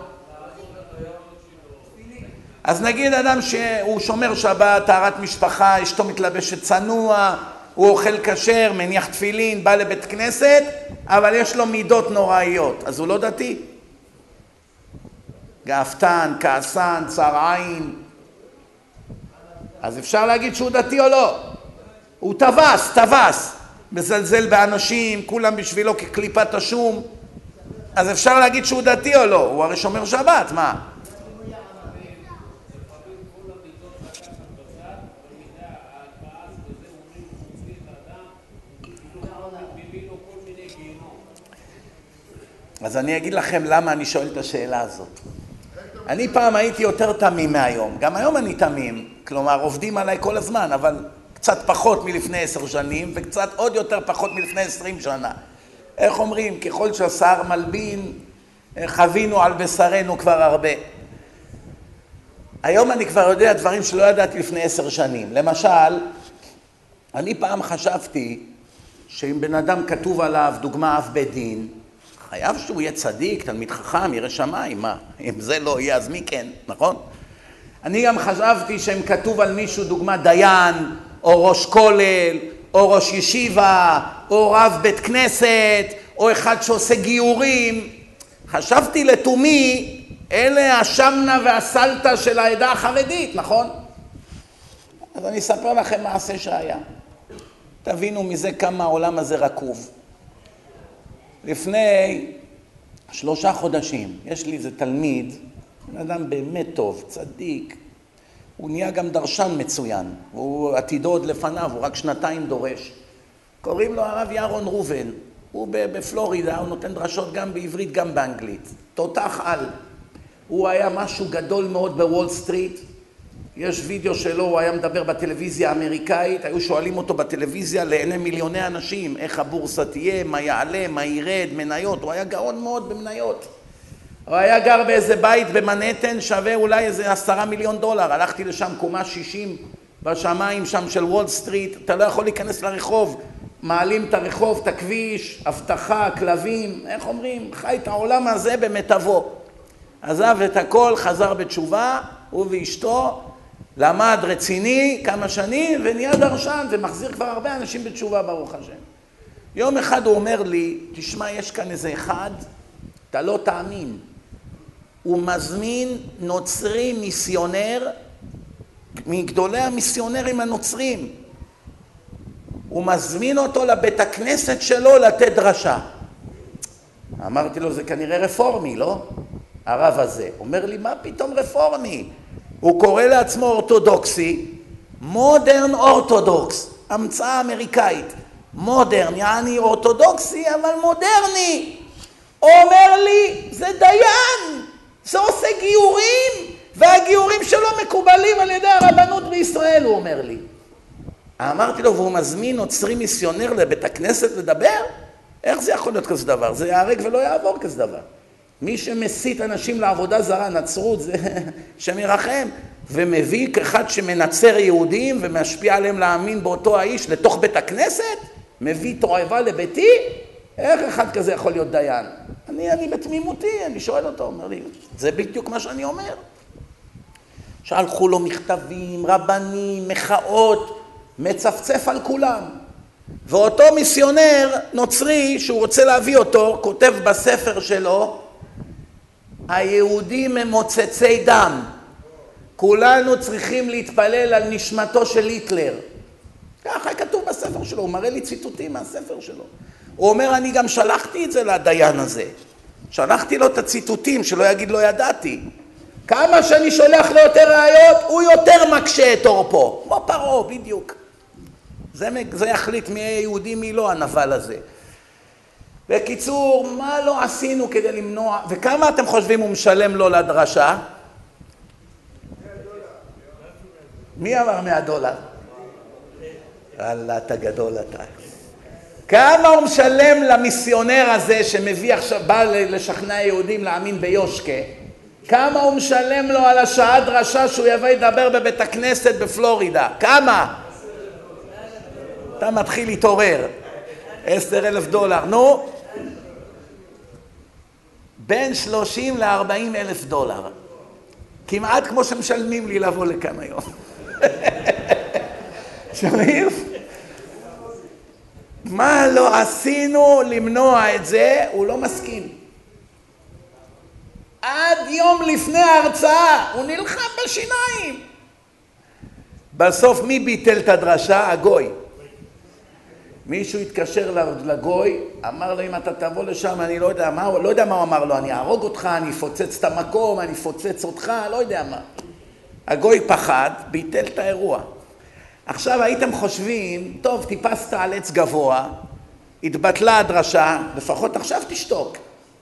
אז נגיד אדם שהוא שומר שבת, טהרת משפחה, אשתו מתלבשת צנוע, הוא אוכל כשר, מניח תפילין, בא לבית כנסת, אבל יש לו מידות נוראיות, אז הוא לא דתי. גאוותן, כעסן, צר עין. אז אפשר להגיד שהוא דתי או לא? הוא טווס, טווס. מזלזל באנשים, כולם בשבילו כקליפת השום. אז אפשר להגיד שהוא דתי או לא? הוא הרי שומר שבת, מה? אז אני אגיד לכם למה אני שואל את השאלה הזאת. אני פעם הייתי יותר תמים מהיום. גם היום אני תמים. כלומר, עובדים עליי כל הזמן, אבל קצת פחות מלפני עשר שנים, וקצת עוד יותר פחות מלפני עשרים שנה. איך אומרים? ככל שהשר מלבין, חווינו על בשרנו כבר הרבה. היום אני כבר יודע דברים שלא ידעתי לפני עשר שנים. למשל, אני פעם חשבתי שאם בן אדם כתוב עליו דוגמה אב בית דין, חייב שהוא יהיה צדיק, תלמיד חכם, ירא שמיים, מה? אם זה לא יהיה, אז מי כן, נכון? אני גם חשבתי שאם כתוב על מישהו דוגמה דיין, או ראש כולל, או ראש ישיבה, או רב בית כנסת, או אחד שעושה גיורים, חשבתי לתומי, אלה השמנה והסלטה של העדה החרדית, נכון? אז אני אספר לכם מעשה שהיה. תבינו מזה כמה העולם הזה רקוב. לפני שלושה חודשים, יש לי איזה תלמיד, בן אדם באמת טוב, צדיק, הוא נהיה גם דרשן מצוין, הוא עתידו עוד לפניו, הוא רק שנתיים דורש. קוראים לו הרב ירון רובן, הוא בפלורידה, הוא נותן דרשות גם בעברית, גם באנגלית. תותח על. הוא היה משהו גדול מאוד בוול סטריט, יש וידאו שלו, הוא היה מדבר בטלוויזיה האמריקאית, היו שואלים אותו בטלוויזיה לעיני מיליוני אנשים, איך הבורסה תהיה, מה יעלה, מה ירד, מניות, הוא היה גאון מאוד במניות. הוא היה גר באיזה בית במנהטן, שווה אולי איזה עשרה מיליון דולר, הלכתי לשם קומה שישים בשמיים שם של וול סטריט, אתה לא יכול להיכנס לרחוב, מעלים את הרחוב, את הכביש, הבטחה, כלבים, איך אומרים, חי את העולם הזה במיטבו. עזב את הכל, חזר בתשובה, הוא ואשתו, למד רציני כמה שנים ונהיה דרשן ומחזיר כבר הרבה אנשים בתשובה ברוך השם. יום אחד הוא אומר לי, תשמע, יש כאן איזה אחד, אתה לא תאמין, הוא מזמין נוצרי מיסיונר, מגדולי המיסיונרים הנוצרים, הוא מזמין אותו לבית הכנסת שלו לתת דרשה. אמרתי לו, זה כנראה רפורמי, לא? הרב הזה. אומר לי, מה פתאום רפורמי? הוא קורא לעצמו אורתודוקסי, מודרן אורתודוקס, המצאה אמריקאית. מודרן, יעני אורתודוקסי, אבל מודרני. הוא אומר לי, זה דיין, זה עושה גיורים, והגיורים שלו מקובלים על ידי הרבנות בישראל, הוא אומר לי. אמרתי לו, והוא מזמין נוצרי מיסיונר לבית הכנסת לדבר? איך זה יכול להיות כזה דבר? זה יהרג ולא יעבור כזה דבר. מי שמסית אנשים לעבודה זרה, נצרות, זה שמרחם, ומביא כאחד שמנצר יהודים ומשפיע עליהם להאמין באותו האיש לתוך בית הכנסת, מביא תועבה לביתי, איך אחד כזה יכול להיות דיין? אני, אני בתמימותי, אני שואל אותו, אומר לי, זה בדיוק מה שאני אומר. שלחו לו מכתבים, רבנים, מחאות, מצפצף על כולם. ואותו מיסיונר נוצרי שהוא רוצה להביא אותו, כותב בספר שלו, היהודים הם מוצצי דם. כולנו צריכים להתפלל על נשמתו של היטלר. ככה כתוב בספר שלו, הוא מראה לי ציטוטים מהספר שלו. הוא אומר, אני גם שלחתי את זה לדיין הזה. שלחתי לו את הציטוטים, שלא יגיד לא ידעתי. כמה שאני שולח לו יותר ראיות, הוא יותר מקשה את אורפו. כמו פרעה, בדיוק. זה, זה יחליט מי יהיה יהודי, מי לא, הנבל הזה. בקיצור, מה לא עשינו כדי למנוע, וכמה אתם חושבים הוא משלם לו לדרשה? מי אמר מאה דולר? אללה, אתה גדול אתה. כמה הוא משלם למיסיונר הזה שמביא עכשיו, בא לשכנע יהודים להאמין ביושקה? כמה הוא משלם לו על השעה דרשה שהוא יבוא ידבר בבית הכנסת בפלורידה? כמה? אתה מתחיל להתעורר. עשר אלף דולר, נו? בין שלושים לארבעים אלף דולר. כמעט כמו שמשלמים לי לבוא לכאן היום. שומעים? מה לא עשינו למנוע את זה? הוא לא מסכים. עד יום לפני ההרצאה, הוא נלחם בשיניים. בסוף מי ביטל את הדרשה? הגוי. מישהו התקשר לגוי, אמר לו אם אתה תבוא לשם, אני לא יודע מה, לא יודע מה הוא אמר לו, אני אהרוג אותך, אני אפוצץ את המקום, אני אפוצץ אותך, לא יודע מה. הגוי פחד, ביטל את האירוע. עכשיו הייתם חושבים, טוב, טיפסת על עץ גבוה, התבטלה הדרשה, לפחות עכשיו תשתוק.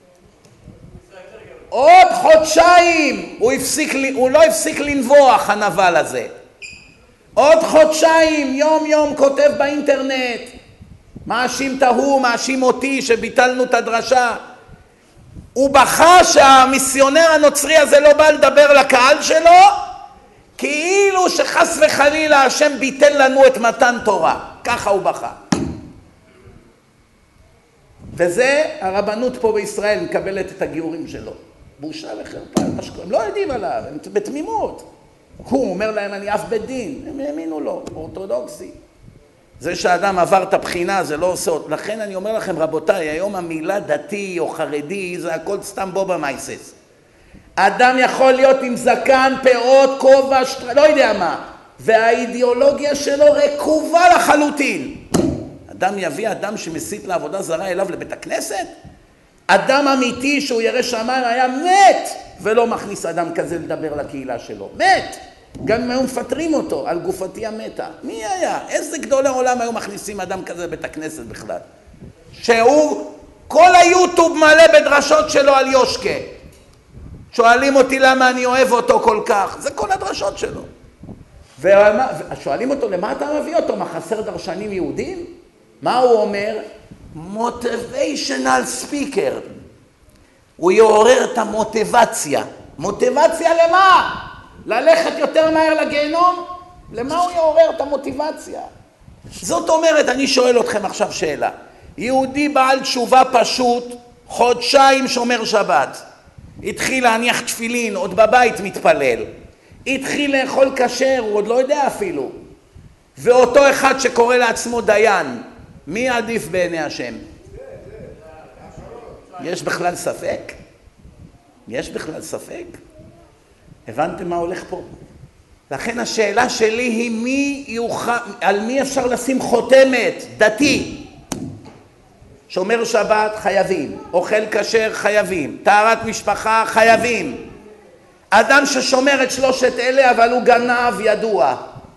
עוד חודשיים, הוא, הפסיק, הוא לא הפסיק לנבוח הנבל הזה. עוד חודשיים, יום יום כותב באינטרנט, מאשים את ההוא, מאשים אותי שביטלנו את הדרשה. הוא בכה שהמיסיונר הנוצרי הזה לא בא לדבר לקהל שלו, כאילו שחס וחלילה השם ביטל לנו את מתן תורה. ככה הוא בכה. וזה הרבנות פה בישראל מקבלת את הגיורים שלו. בושה וחרפה, הם לא יודעים עליו, הם בתמימות. הוא אומר להם אני אף בית דין, הם האמינו לו, אורתודוקסי. זה שהאדם עבר את הבחינה זה לא עושה עוד. לכן אני אומר לכם רבותיי, היום המילה דתי או חרדי זה הכל סתם בובה מייסס. אדם יכול להיות עם זקן, פאות, כובע, שטר... לא יודע מה. והאידיאולוגיה שלו רקובה לחלוטין. אדם יביא אדם שמסית לעבודה זרה אליו לבית הכנסת? אדם אמיתי שהוא ירא שמיים היה מת ולא מכניס אדם כזה לדבר לקהילה שלו. מת! גם אם היו מפטרים אותו על גופתי המתה. מי היה? איזה גדולי עולם היו מכניסים אדם כזה לבית הכנסת בכלל? שהוא, כל היוטיוב מלא בדרשות שלו על יושקה. שואלים אותי למה אני אוהב אותו כל כך. זה כל הדרשות שלו. ושואלים אותו למה אתה מביא אותו? מה חסר דרשנים יהודים? מה הוא אומר? motivational speaker. הוא יעורר את המוטיבציה. מוטיבציה למה? ללכת יותר מהר לגיהנום? למה הוא יעורר את המוטיבציה? זאת אומרת, אני שואל אתכם עכשיו שאלה. יהודי בעל תשובה פשוט, חודשיים שומר שבת. התחיל להניח תפילין, עוד בבית מתפלל. התחיל לאכול כשר, הוא עוד לא יודע אפילו. ואותו אחד שקורא לעצמו דיין, מי עדיף בעיני השם? יש בכלל ספק? יש בכלל ספק? הבנתם מה הולך פה? לכן השאלה שלי היא מי יוכל, על מי אפשר לשים חותמת? דתי. שומר שבת חייבים, אוכל כשר חייבים, טהרת משפחה חייבים. אדם ששומר את שלושת אלה אבל הוא גנב ידוע.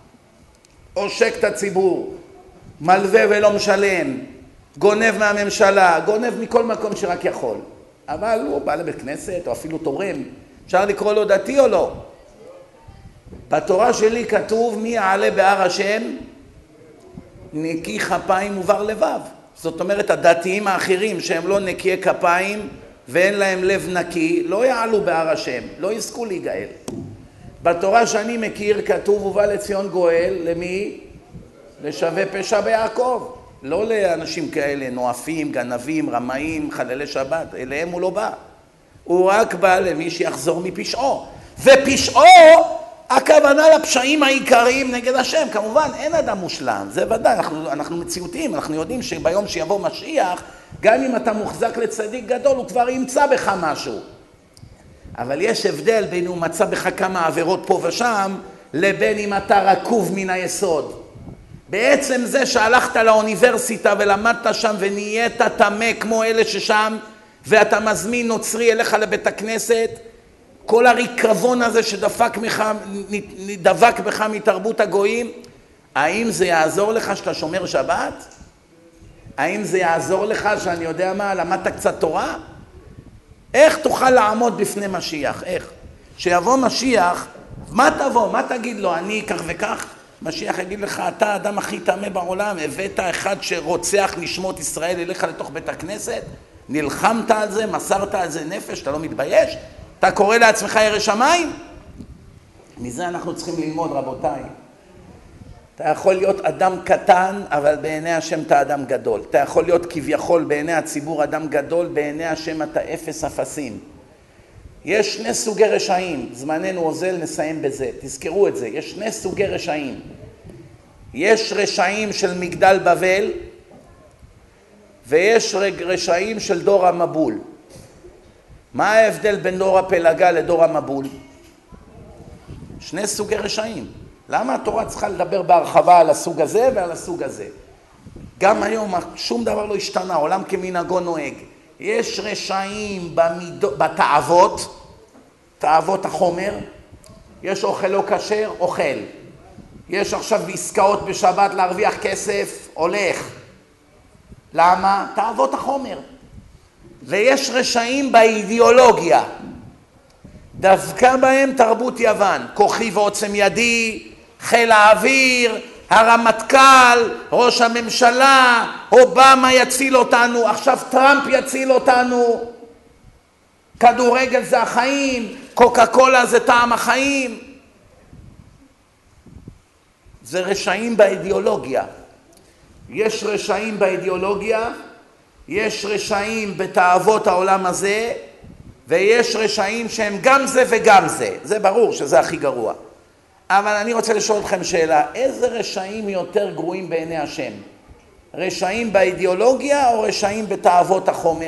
עושק את הציבור. מלווה ולא משלם, גונב מהממשלה, גונב מכל מקום שרק יכול. אבל הוא בא לבית כנסת או אפילו תורם. אפשר לקרוא לו דתי או לא? בתורה שלי כתוב מי יעלה בהר השם? נקי כפיים ובר לבב. זאת אומרת הדתיים האחרים שהם לא נקיי כפיים ואין להם לב נקי, לא יעלו בהר השם, לא יזכו להיגאל. בתורה שאני מכיר כתוב ובא לציון גואל, למי? לשווה פשע ביעקב, לא לאנשים כאלה, נואפים, גנבים, רמאים, חללי שבת, אליהם הוא לא בא. הוא רק בא למי שיחזור מפשעו. ופשעו, הכוונה לפשעים העיקריים נגד השם. כמובן, אין אדם מושלם, זה ודאי, אנחנו, אנחנו מציאותיים, אנחנו יודעים שביום שיבוא משיח, גם אם אתה מוחזק לצדיק גדול, הוא כבר ימצא בך משהו. אבל יש הבדל בין הוא מצא בך כמה עבירות פה ושם, לבין אם אתה רקוב מן היסוד. בעצם זה שהלכת לאוניברסיטה ולמדת שם ונהיית תמה כמו אלה ששם, ואתה מזמין נוצרי אליך לבית הכנסת, כל הריקבון הזה שדפק בך, דבק בך מתרבות הגויים, האם זה יעזור לך שאתה שומר שבת? האם זה יעזור לך שאני יודע מה, למדת קצת תורה? איך תוכל לעמוד בפני משיח? איך? שיבוא משיח, מה תבוא? מה תגיד לו? אני כך וכך? משיח יגיד לך, אתה האדם הכי טמא בעולם, הבאת אחד שרוצח נשמות ישראל אליך לתוך בית הכנסת? נלחמת על זה, מסרת על זה נפש, אתה לא מתבייש? אתה קורא לעצמך ירא שמיים? מזה אנחנו צריכים ללמוד רבותיי. אתה יכול להיות אדם קטן, אבל בעיני השם אתה אדם גדול. אתה יכול להיות כביכול בעיני הציבור אדם גדול, בעיני השם אתה אפס אפסים. יש שני סוגי רשעים, זמננו אוזל, נסיים בזה, תזכרו את זה, יש שני סוגי רשעים. יש רשעים של מגדל בבל, ויש רשעים של דור המבול. מה ההבדל בין דור הפלגה לדור המבול? שני סוגי רשעים. למה התורה צריכה לדבר בהרחבה על הסוג הזה ועל הסוג הזה? גם היום שום דבר לא השתנה, העולם כמנהגו נוהג. יש רשעים במידו, בתאוות, תאוות החומר, יש אוכל לא כשר, אוכל. יש עכשיו עסקאות בשבת להרוויח כסף, הולך. למה? תאוות החומר. ויש רשעים באידיאולוגיה, דווקא בהם תרבות יוון, כוחי ועוצם ידי, חיל האוויר, הרמטכ"ל, ראש הממשלה, אובמה יציל אותנו, עכשיו טראמפ יציל אותנו, כדורגל זה החיים, קוקה קולה זה טעם החיים. זה רשעים באידיאולוגיה. יש רשעים באידיאולוגיה, יש רשעים בתאוות העולם הזה, ויש רשעים שהם גם זה וגם זה. זה ברור שזה הכי גרוע. אבל אני רוצה לשאול אתכם שאלה, איזה רשעים יותר גרועים בעיני השם? רשעים באידיאולוגיה או רשעים בתאוות החומר?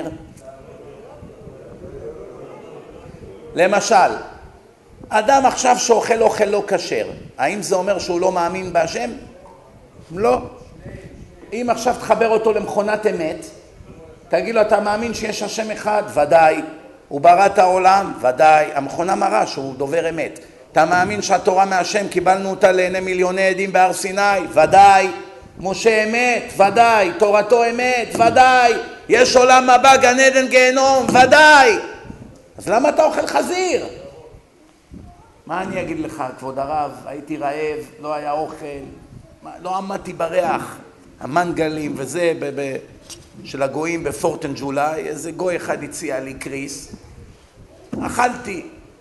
למשל, אדם עכשיו שאוכל אוכל לא כשר, האם זה אומר שהוא לא מאמין בהשם? לא. אם עכשיו תחבר אותו למכונת אמת, תגיד לו, אתה מאמין שיש השם אחד? ודאי. הוא ברא את העולם? ודאי. המכונה מראה שהוא דובר אמת. אתה מאמין שהתורה מהשם, קיבלנו אותה לעיני מיליוני עדים בהר סיני? ודאי. משה אמת? ודאי. תורתו אמת? ודאי. יש עולם הבא, גן עדן גיהנום? ודאי. אז למה אתה אוכל חזיר? מה אני אגיד לך, כבוד הרב? הייתי רעב, לא היה אוכל, לא עמדתי בריח, המנגלים וזה ב- ב- של הגויים בפורטן ג'ולי, איזה גוי אחד הציע לי קריס, אכלתי.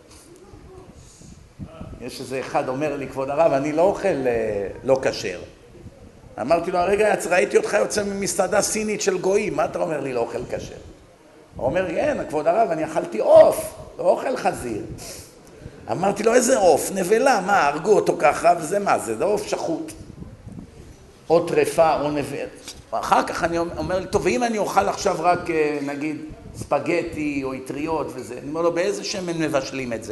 יש איזה אחד אומר לי, כבוד הרב, אני לא אוכל לא כשר. אמרתי לו, הרגע ראיתי אותך יוצא ממסעדה סינית של גויים, מה אתה אומר לי לא אוכל כשר? הוא אומר, כן, כבוד הרב, אני אכלתי עוף, לא אוכל חזיר. אמרתי לו, איזה עוף? נבלה, מה, הרגו אותו ככה, וזה מה, זה עוף שחוט. או טרפה, או נבל. ואחר כך אני אומר לי, טוב, ואם אני אוכל עכשיו רק, נגיד, ספגטי או אטריות וזה, אני אומר לו, באיזה שמן מבשלים את זה?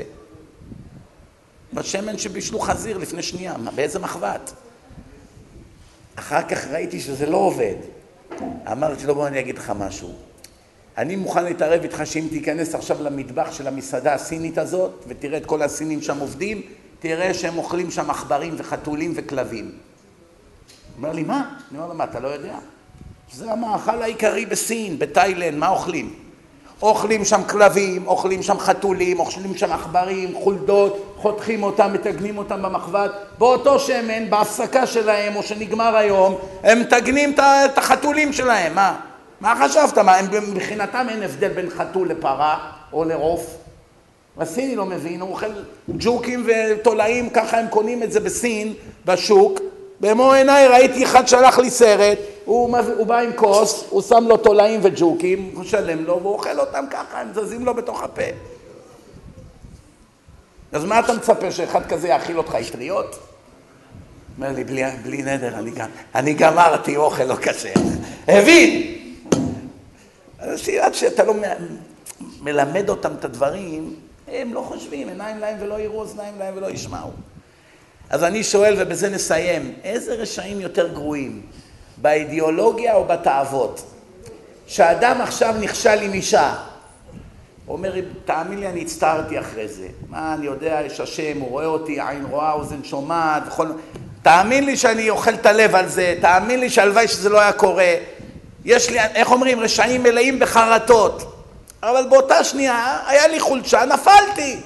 בשמן שבישלו חזיר לפני שנייה, באיזה מחבת? אחר כך ראיתי שזה לא עובד. אמרתי לו, בוא אני אגיד לך משהו. אני מוכן להתערב איתך שאם תיכנס עכשיו למטבח של המסעדה הסינית הזאת, ותראה את כל הסינים שם עובדים, תראה שהם אוכלים שם עכברים וחתולים וכלבים. אומר לי, מה? אני אומר לו, מה, אתה לא יודע? זה המאכל העיקרי בסין, בתאילנד, מה אוכלים? אוכלים שם כלבים, אוכלים שם חתולים, אוכלים שם עכברים, חולדות, חותכים אותם, מתגנים אותם במחבת. באותו שמן, בהפסקה שלהם, או שנגמר היום, הם מתגנים את החתולים שלהם, מה? מה חשבת? מה, מבחינתם אין הבדל בין חתול לפרה או לרוף? הסיני לא מבין, הוא אוכל ג'וקים ותולעים, ככה הם קונים את זה בסין, בשוק. במו עיניי ראיתי אחד שלח לי סרט, הוא, הוא בא עם כוס, הוא שם לו תולעים וג'וקים, הוא שלם לו והוא אוכל אותם ככה, הם זזים לו בתוך הפה. אז מה אתה מצפה, שאחד כזה יאכיל אותך אטריות? אומר לי, בלי, בלי נדר, אני, גם, אני גמרתי אוכל לא כשר. הבין! אז עד שאתה לא מלמד אותם את הדברים, הם לא חושבים, עיניים להם ולא יראו, אוזניים להם ולא ישמעו. אז אני שואל, ובזה נסיים, איזה רשעים יותר גרועים? באידיאולוגיה או בתאוות? שהאדם עכשיו נכשל עם אישה. הוא אומר, תאמין לי, אני הצטערתי אחרי זה. מה, אני יודע, יש השם, הוא רואה אותי, עין רואה, אוזן שומעת, וכל... תאמין לי שאני אוכל את הלב על זה, תאמין לי שהלוואי שזה לא היה קורה. יש לי, איך אומרים, רשעים מלאים בחרטות. אבל באותה שנייה, היה לי חולשה, נפלתי.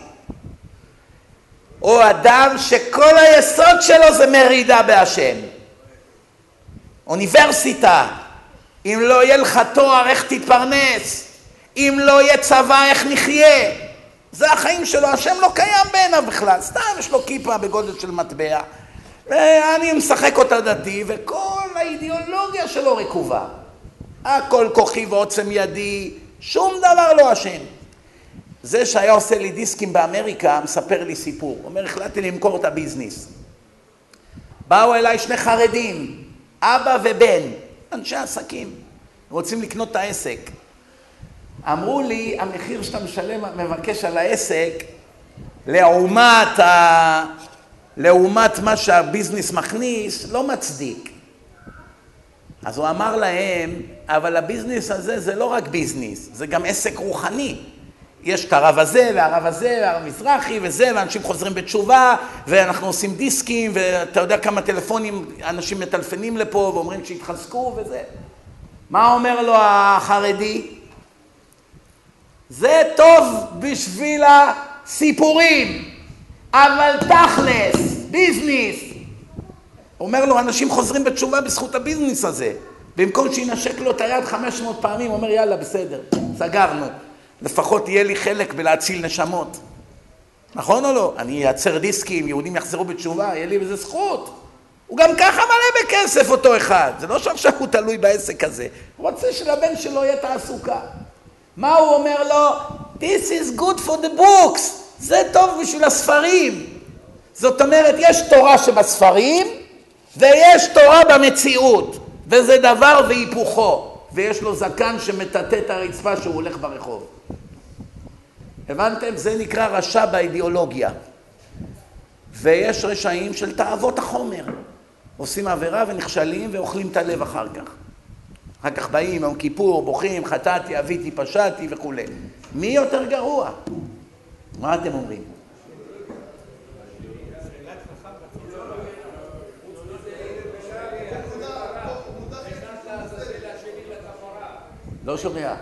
או אדם שכל היסוד שלו זה מרידה בהשם. אוניברסיטה, אם לא יהיה לך תואר, איך תתפרנס? אם לא יהיה צבא, איך נחיה? זה החיים שלו, השם לא קיים בעיניו בכלל. סתם יש לו כיפה בגודל של מטבע. ואני משחק אותה דתי, וכל האידיאולוגיה שלו רקובה. הכל כוחי ועוצם ידי, שום דבר לא השם. זה שהיה עושה לי דיסקים באמריקה, מספר לי סיפור. הוא אומר, החלטתי למכור את הביזנס. באו אליי שני חרדים, אבא ובן, אנשי עסקים, רוצים לקנות את העסק. אמרו לי, המחיר שאתה משלם, מבקש על העסק, לעומת, ה... לעומת מה שהביזנס מכניס, לא מצדיק. אז הוא אמר להם, אבל הביזנס הזה זה לא רק ביזנס, זה גם עסק רוחני. יש את הרב הזה והרב הזה והרב מזרחי וזה, ואנשים חוזרים בתשובה, ואנחנו עושים דיסקים, ואתה יודע כמה טלפונים אנשים מטלפנים לפה ואומרים שהתחזקו וזה. מה אומר לו החרדי? זה טוב בשביל הסיפורים, אבל תכלס, ביזנס. הוא אומר לו, אנשים חוזרים בתשובה בזכות הביזנס הזה. במקום שינשק לו את היד חמש מאות פעמים, הוא אומר, יאללה, בסדר, סגרנו. לפחות יהיה לי חלק בלהציל נשמות. נכון או לא? אני אעצר דיסקים, יהודים יחזרו בתשובה, יהיה לי בזה זכות. הוא גם ככה מלא בכסף אותו אחד. זה לא שעכשיו הוא תלוי בעסק הזה. הוא רוצה שלבן שלו יהיה תעסוקה. מה הוא אומר לו? This is good for the books. זה טוב בשביל הספרים. זאת אומרת, יש תורה שבספרים, ויש תורה במציאות. וזה דבר והיפוכו. ויש לו זקן שמטאטא את הרצפה שהוא הולך ברחוב. הבנתם? זה נקרא רשע באידיאולוגיה. ויש רשעים של תאוות החומר. עושים עבירה ונכשלים ואוכלים את הלב אחר כך. אחר כך באים, יום כיפור, בוכים, חטאתי, אביתי, פשעתי וכו'. מי יותר גרוע? מה אתם אומרים? לא שומע. הראשון,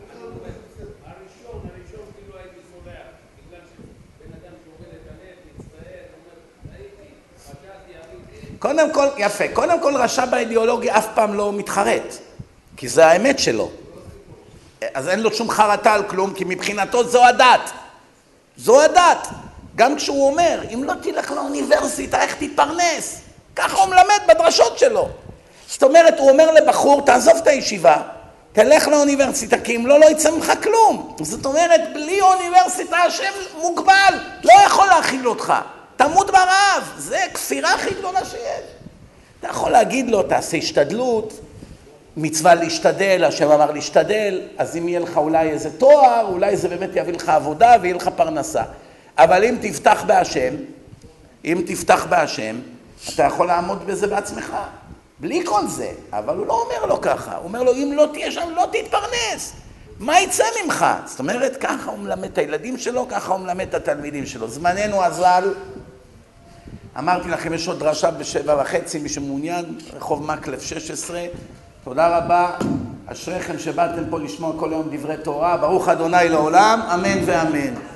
הראשון כאילו הייתי סולח, בגלל שבן אדם שעובד את הלב, מצטער, הייתי, חשבתי, אמיתי. קודם כל, יפה, קודם כל רשע באידיאולוגיה אף פעם לא מתחרט, כי זה האמת שלו. אז אין לו שום חרטה על כלום, כי מבחינתו זו הדת. זו הדת. גם כשהוא אומר, אם לא תלך לאוניברסיטה, איך תתפרנס? ככה הוא מלמד בדרשות שלו. זאת אומרת, הוא אומר לבחור, תעזוב את הישיבה, תלך לאוניברסיטה, כי אם לא, לא יצא ממך כלום. זאת אומרת, בלי אוניברסיטה, השם מוגבל, לא יכול להכיל אותך. תמות ברעב, זה כפירה הכי גדולה שיש. אתה יכול להגיד לו, תעשה השתדלות, מצווה להשתדל, השם אמר להשתדל, אז אם יהיה לך אולי איזה תואר, אולי זה באמת יביא לך עבודה ויהיה לך פרנסה. אבל אם תפתח בהשם, אם תפתח בהשם, אתה יכול לעמוד בזה בעצמך. בלי כל זה, אבל הוא לא אומר לו ככה, הוא אומר לו, אם לא תהיה שם, לא תתפרנס. מה יצא ממך? זאת אומרת, ככה הוא מלמד את הילדים שלו, ככה הוא מלמד את התלמידים שלו. זמננו אזל. אמרתי לכם, יש עוד דרשה בשבע וחצי, מי שמעוניין, רחוב מקלב שש עשרה. תודה רבה, אשריכם שבאתם פה לשמוע כל יום דברי תורה. ברוך אדוני לעולם, אמן ואמן.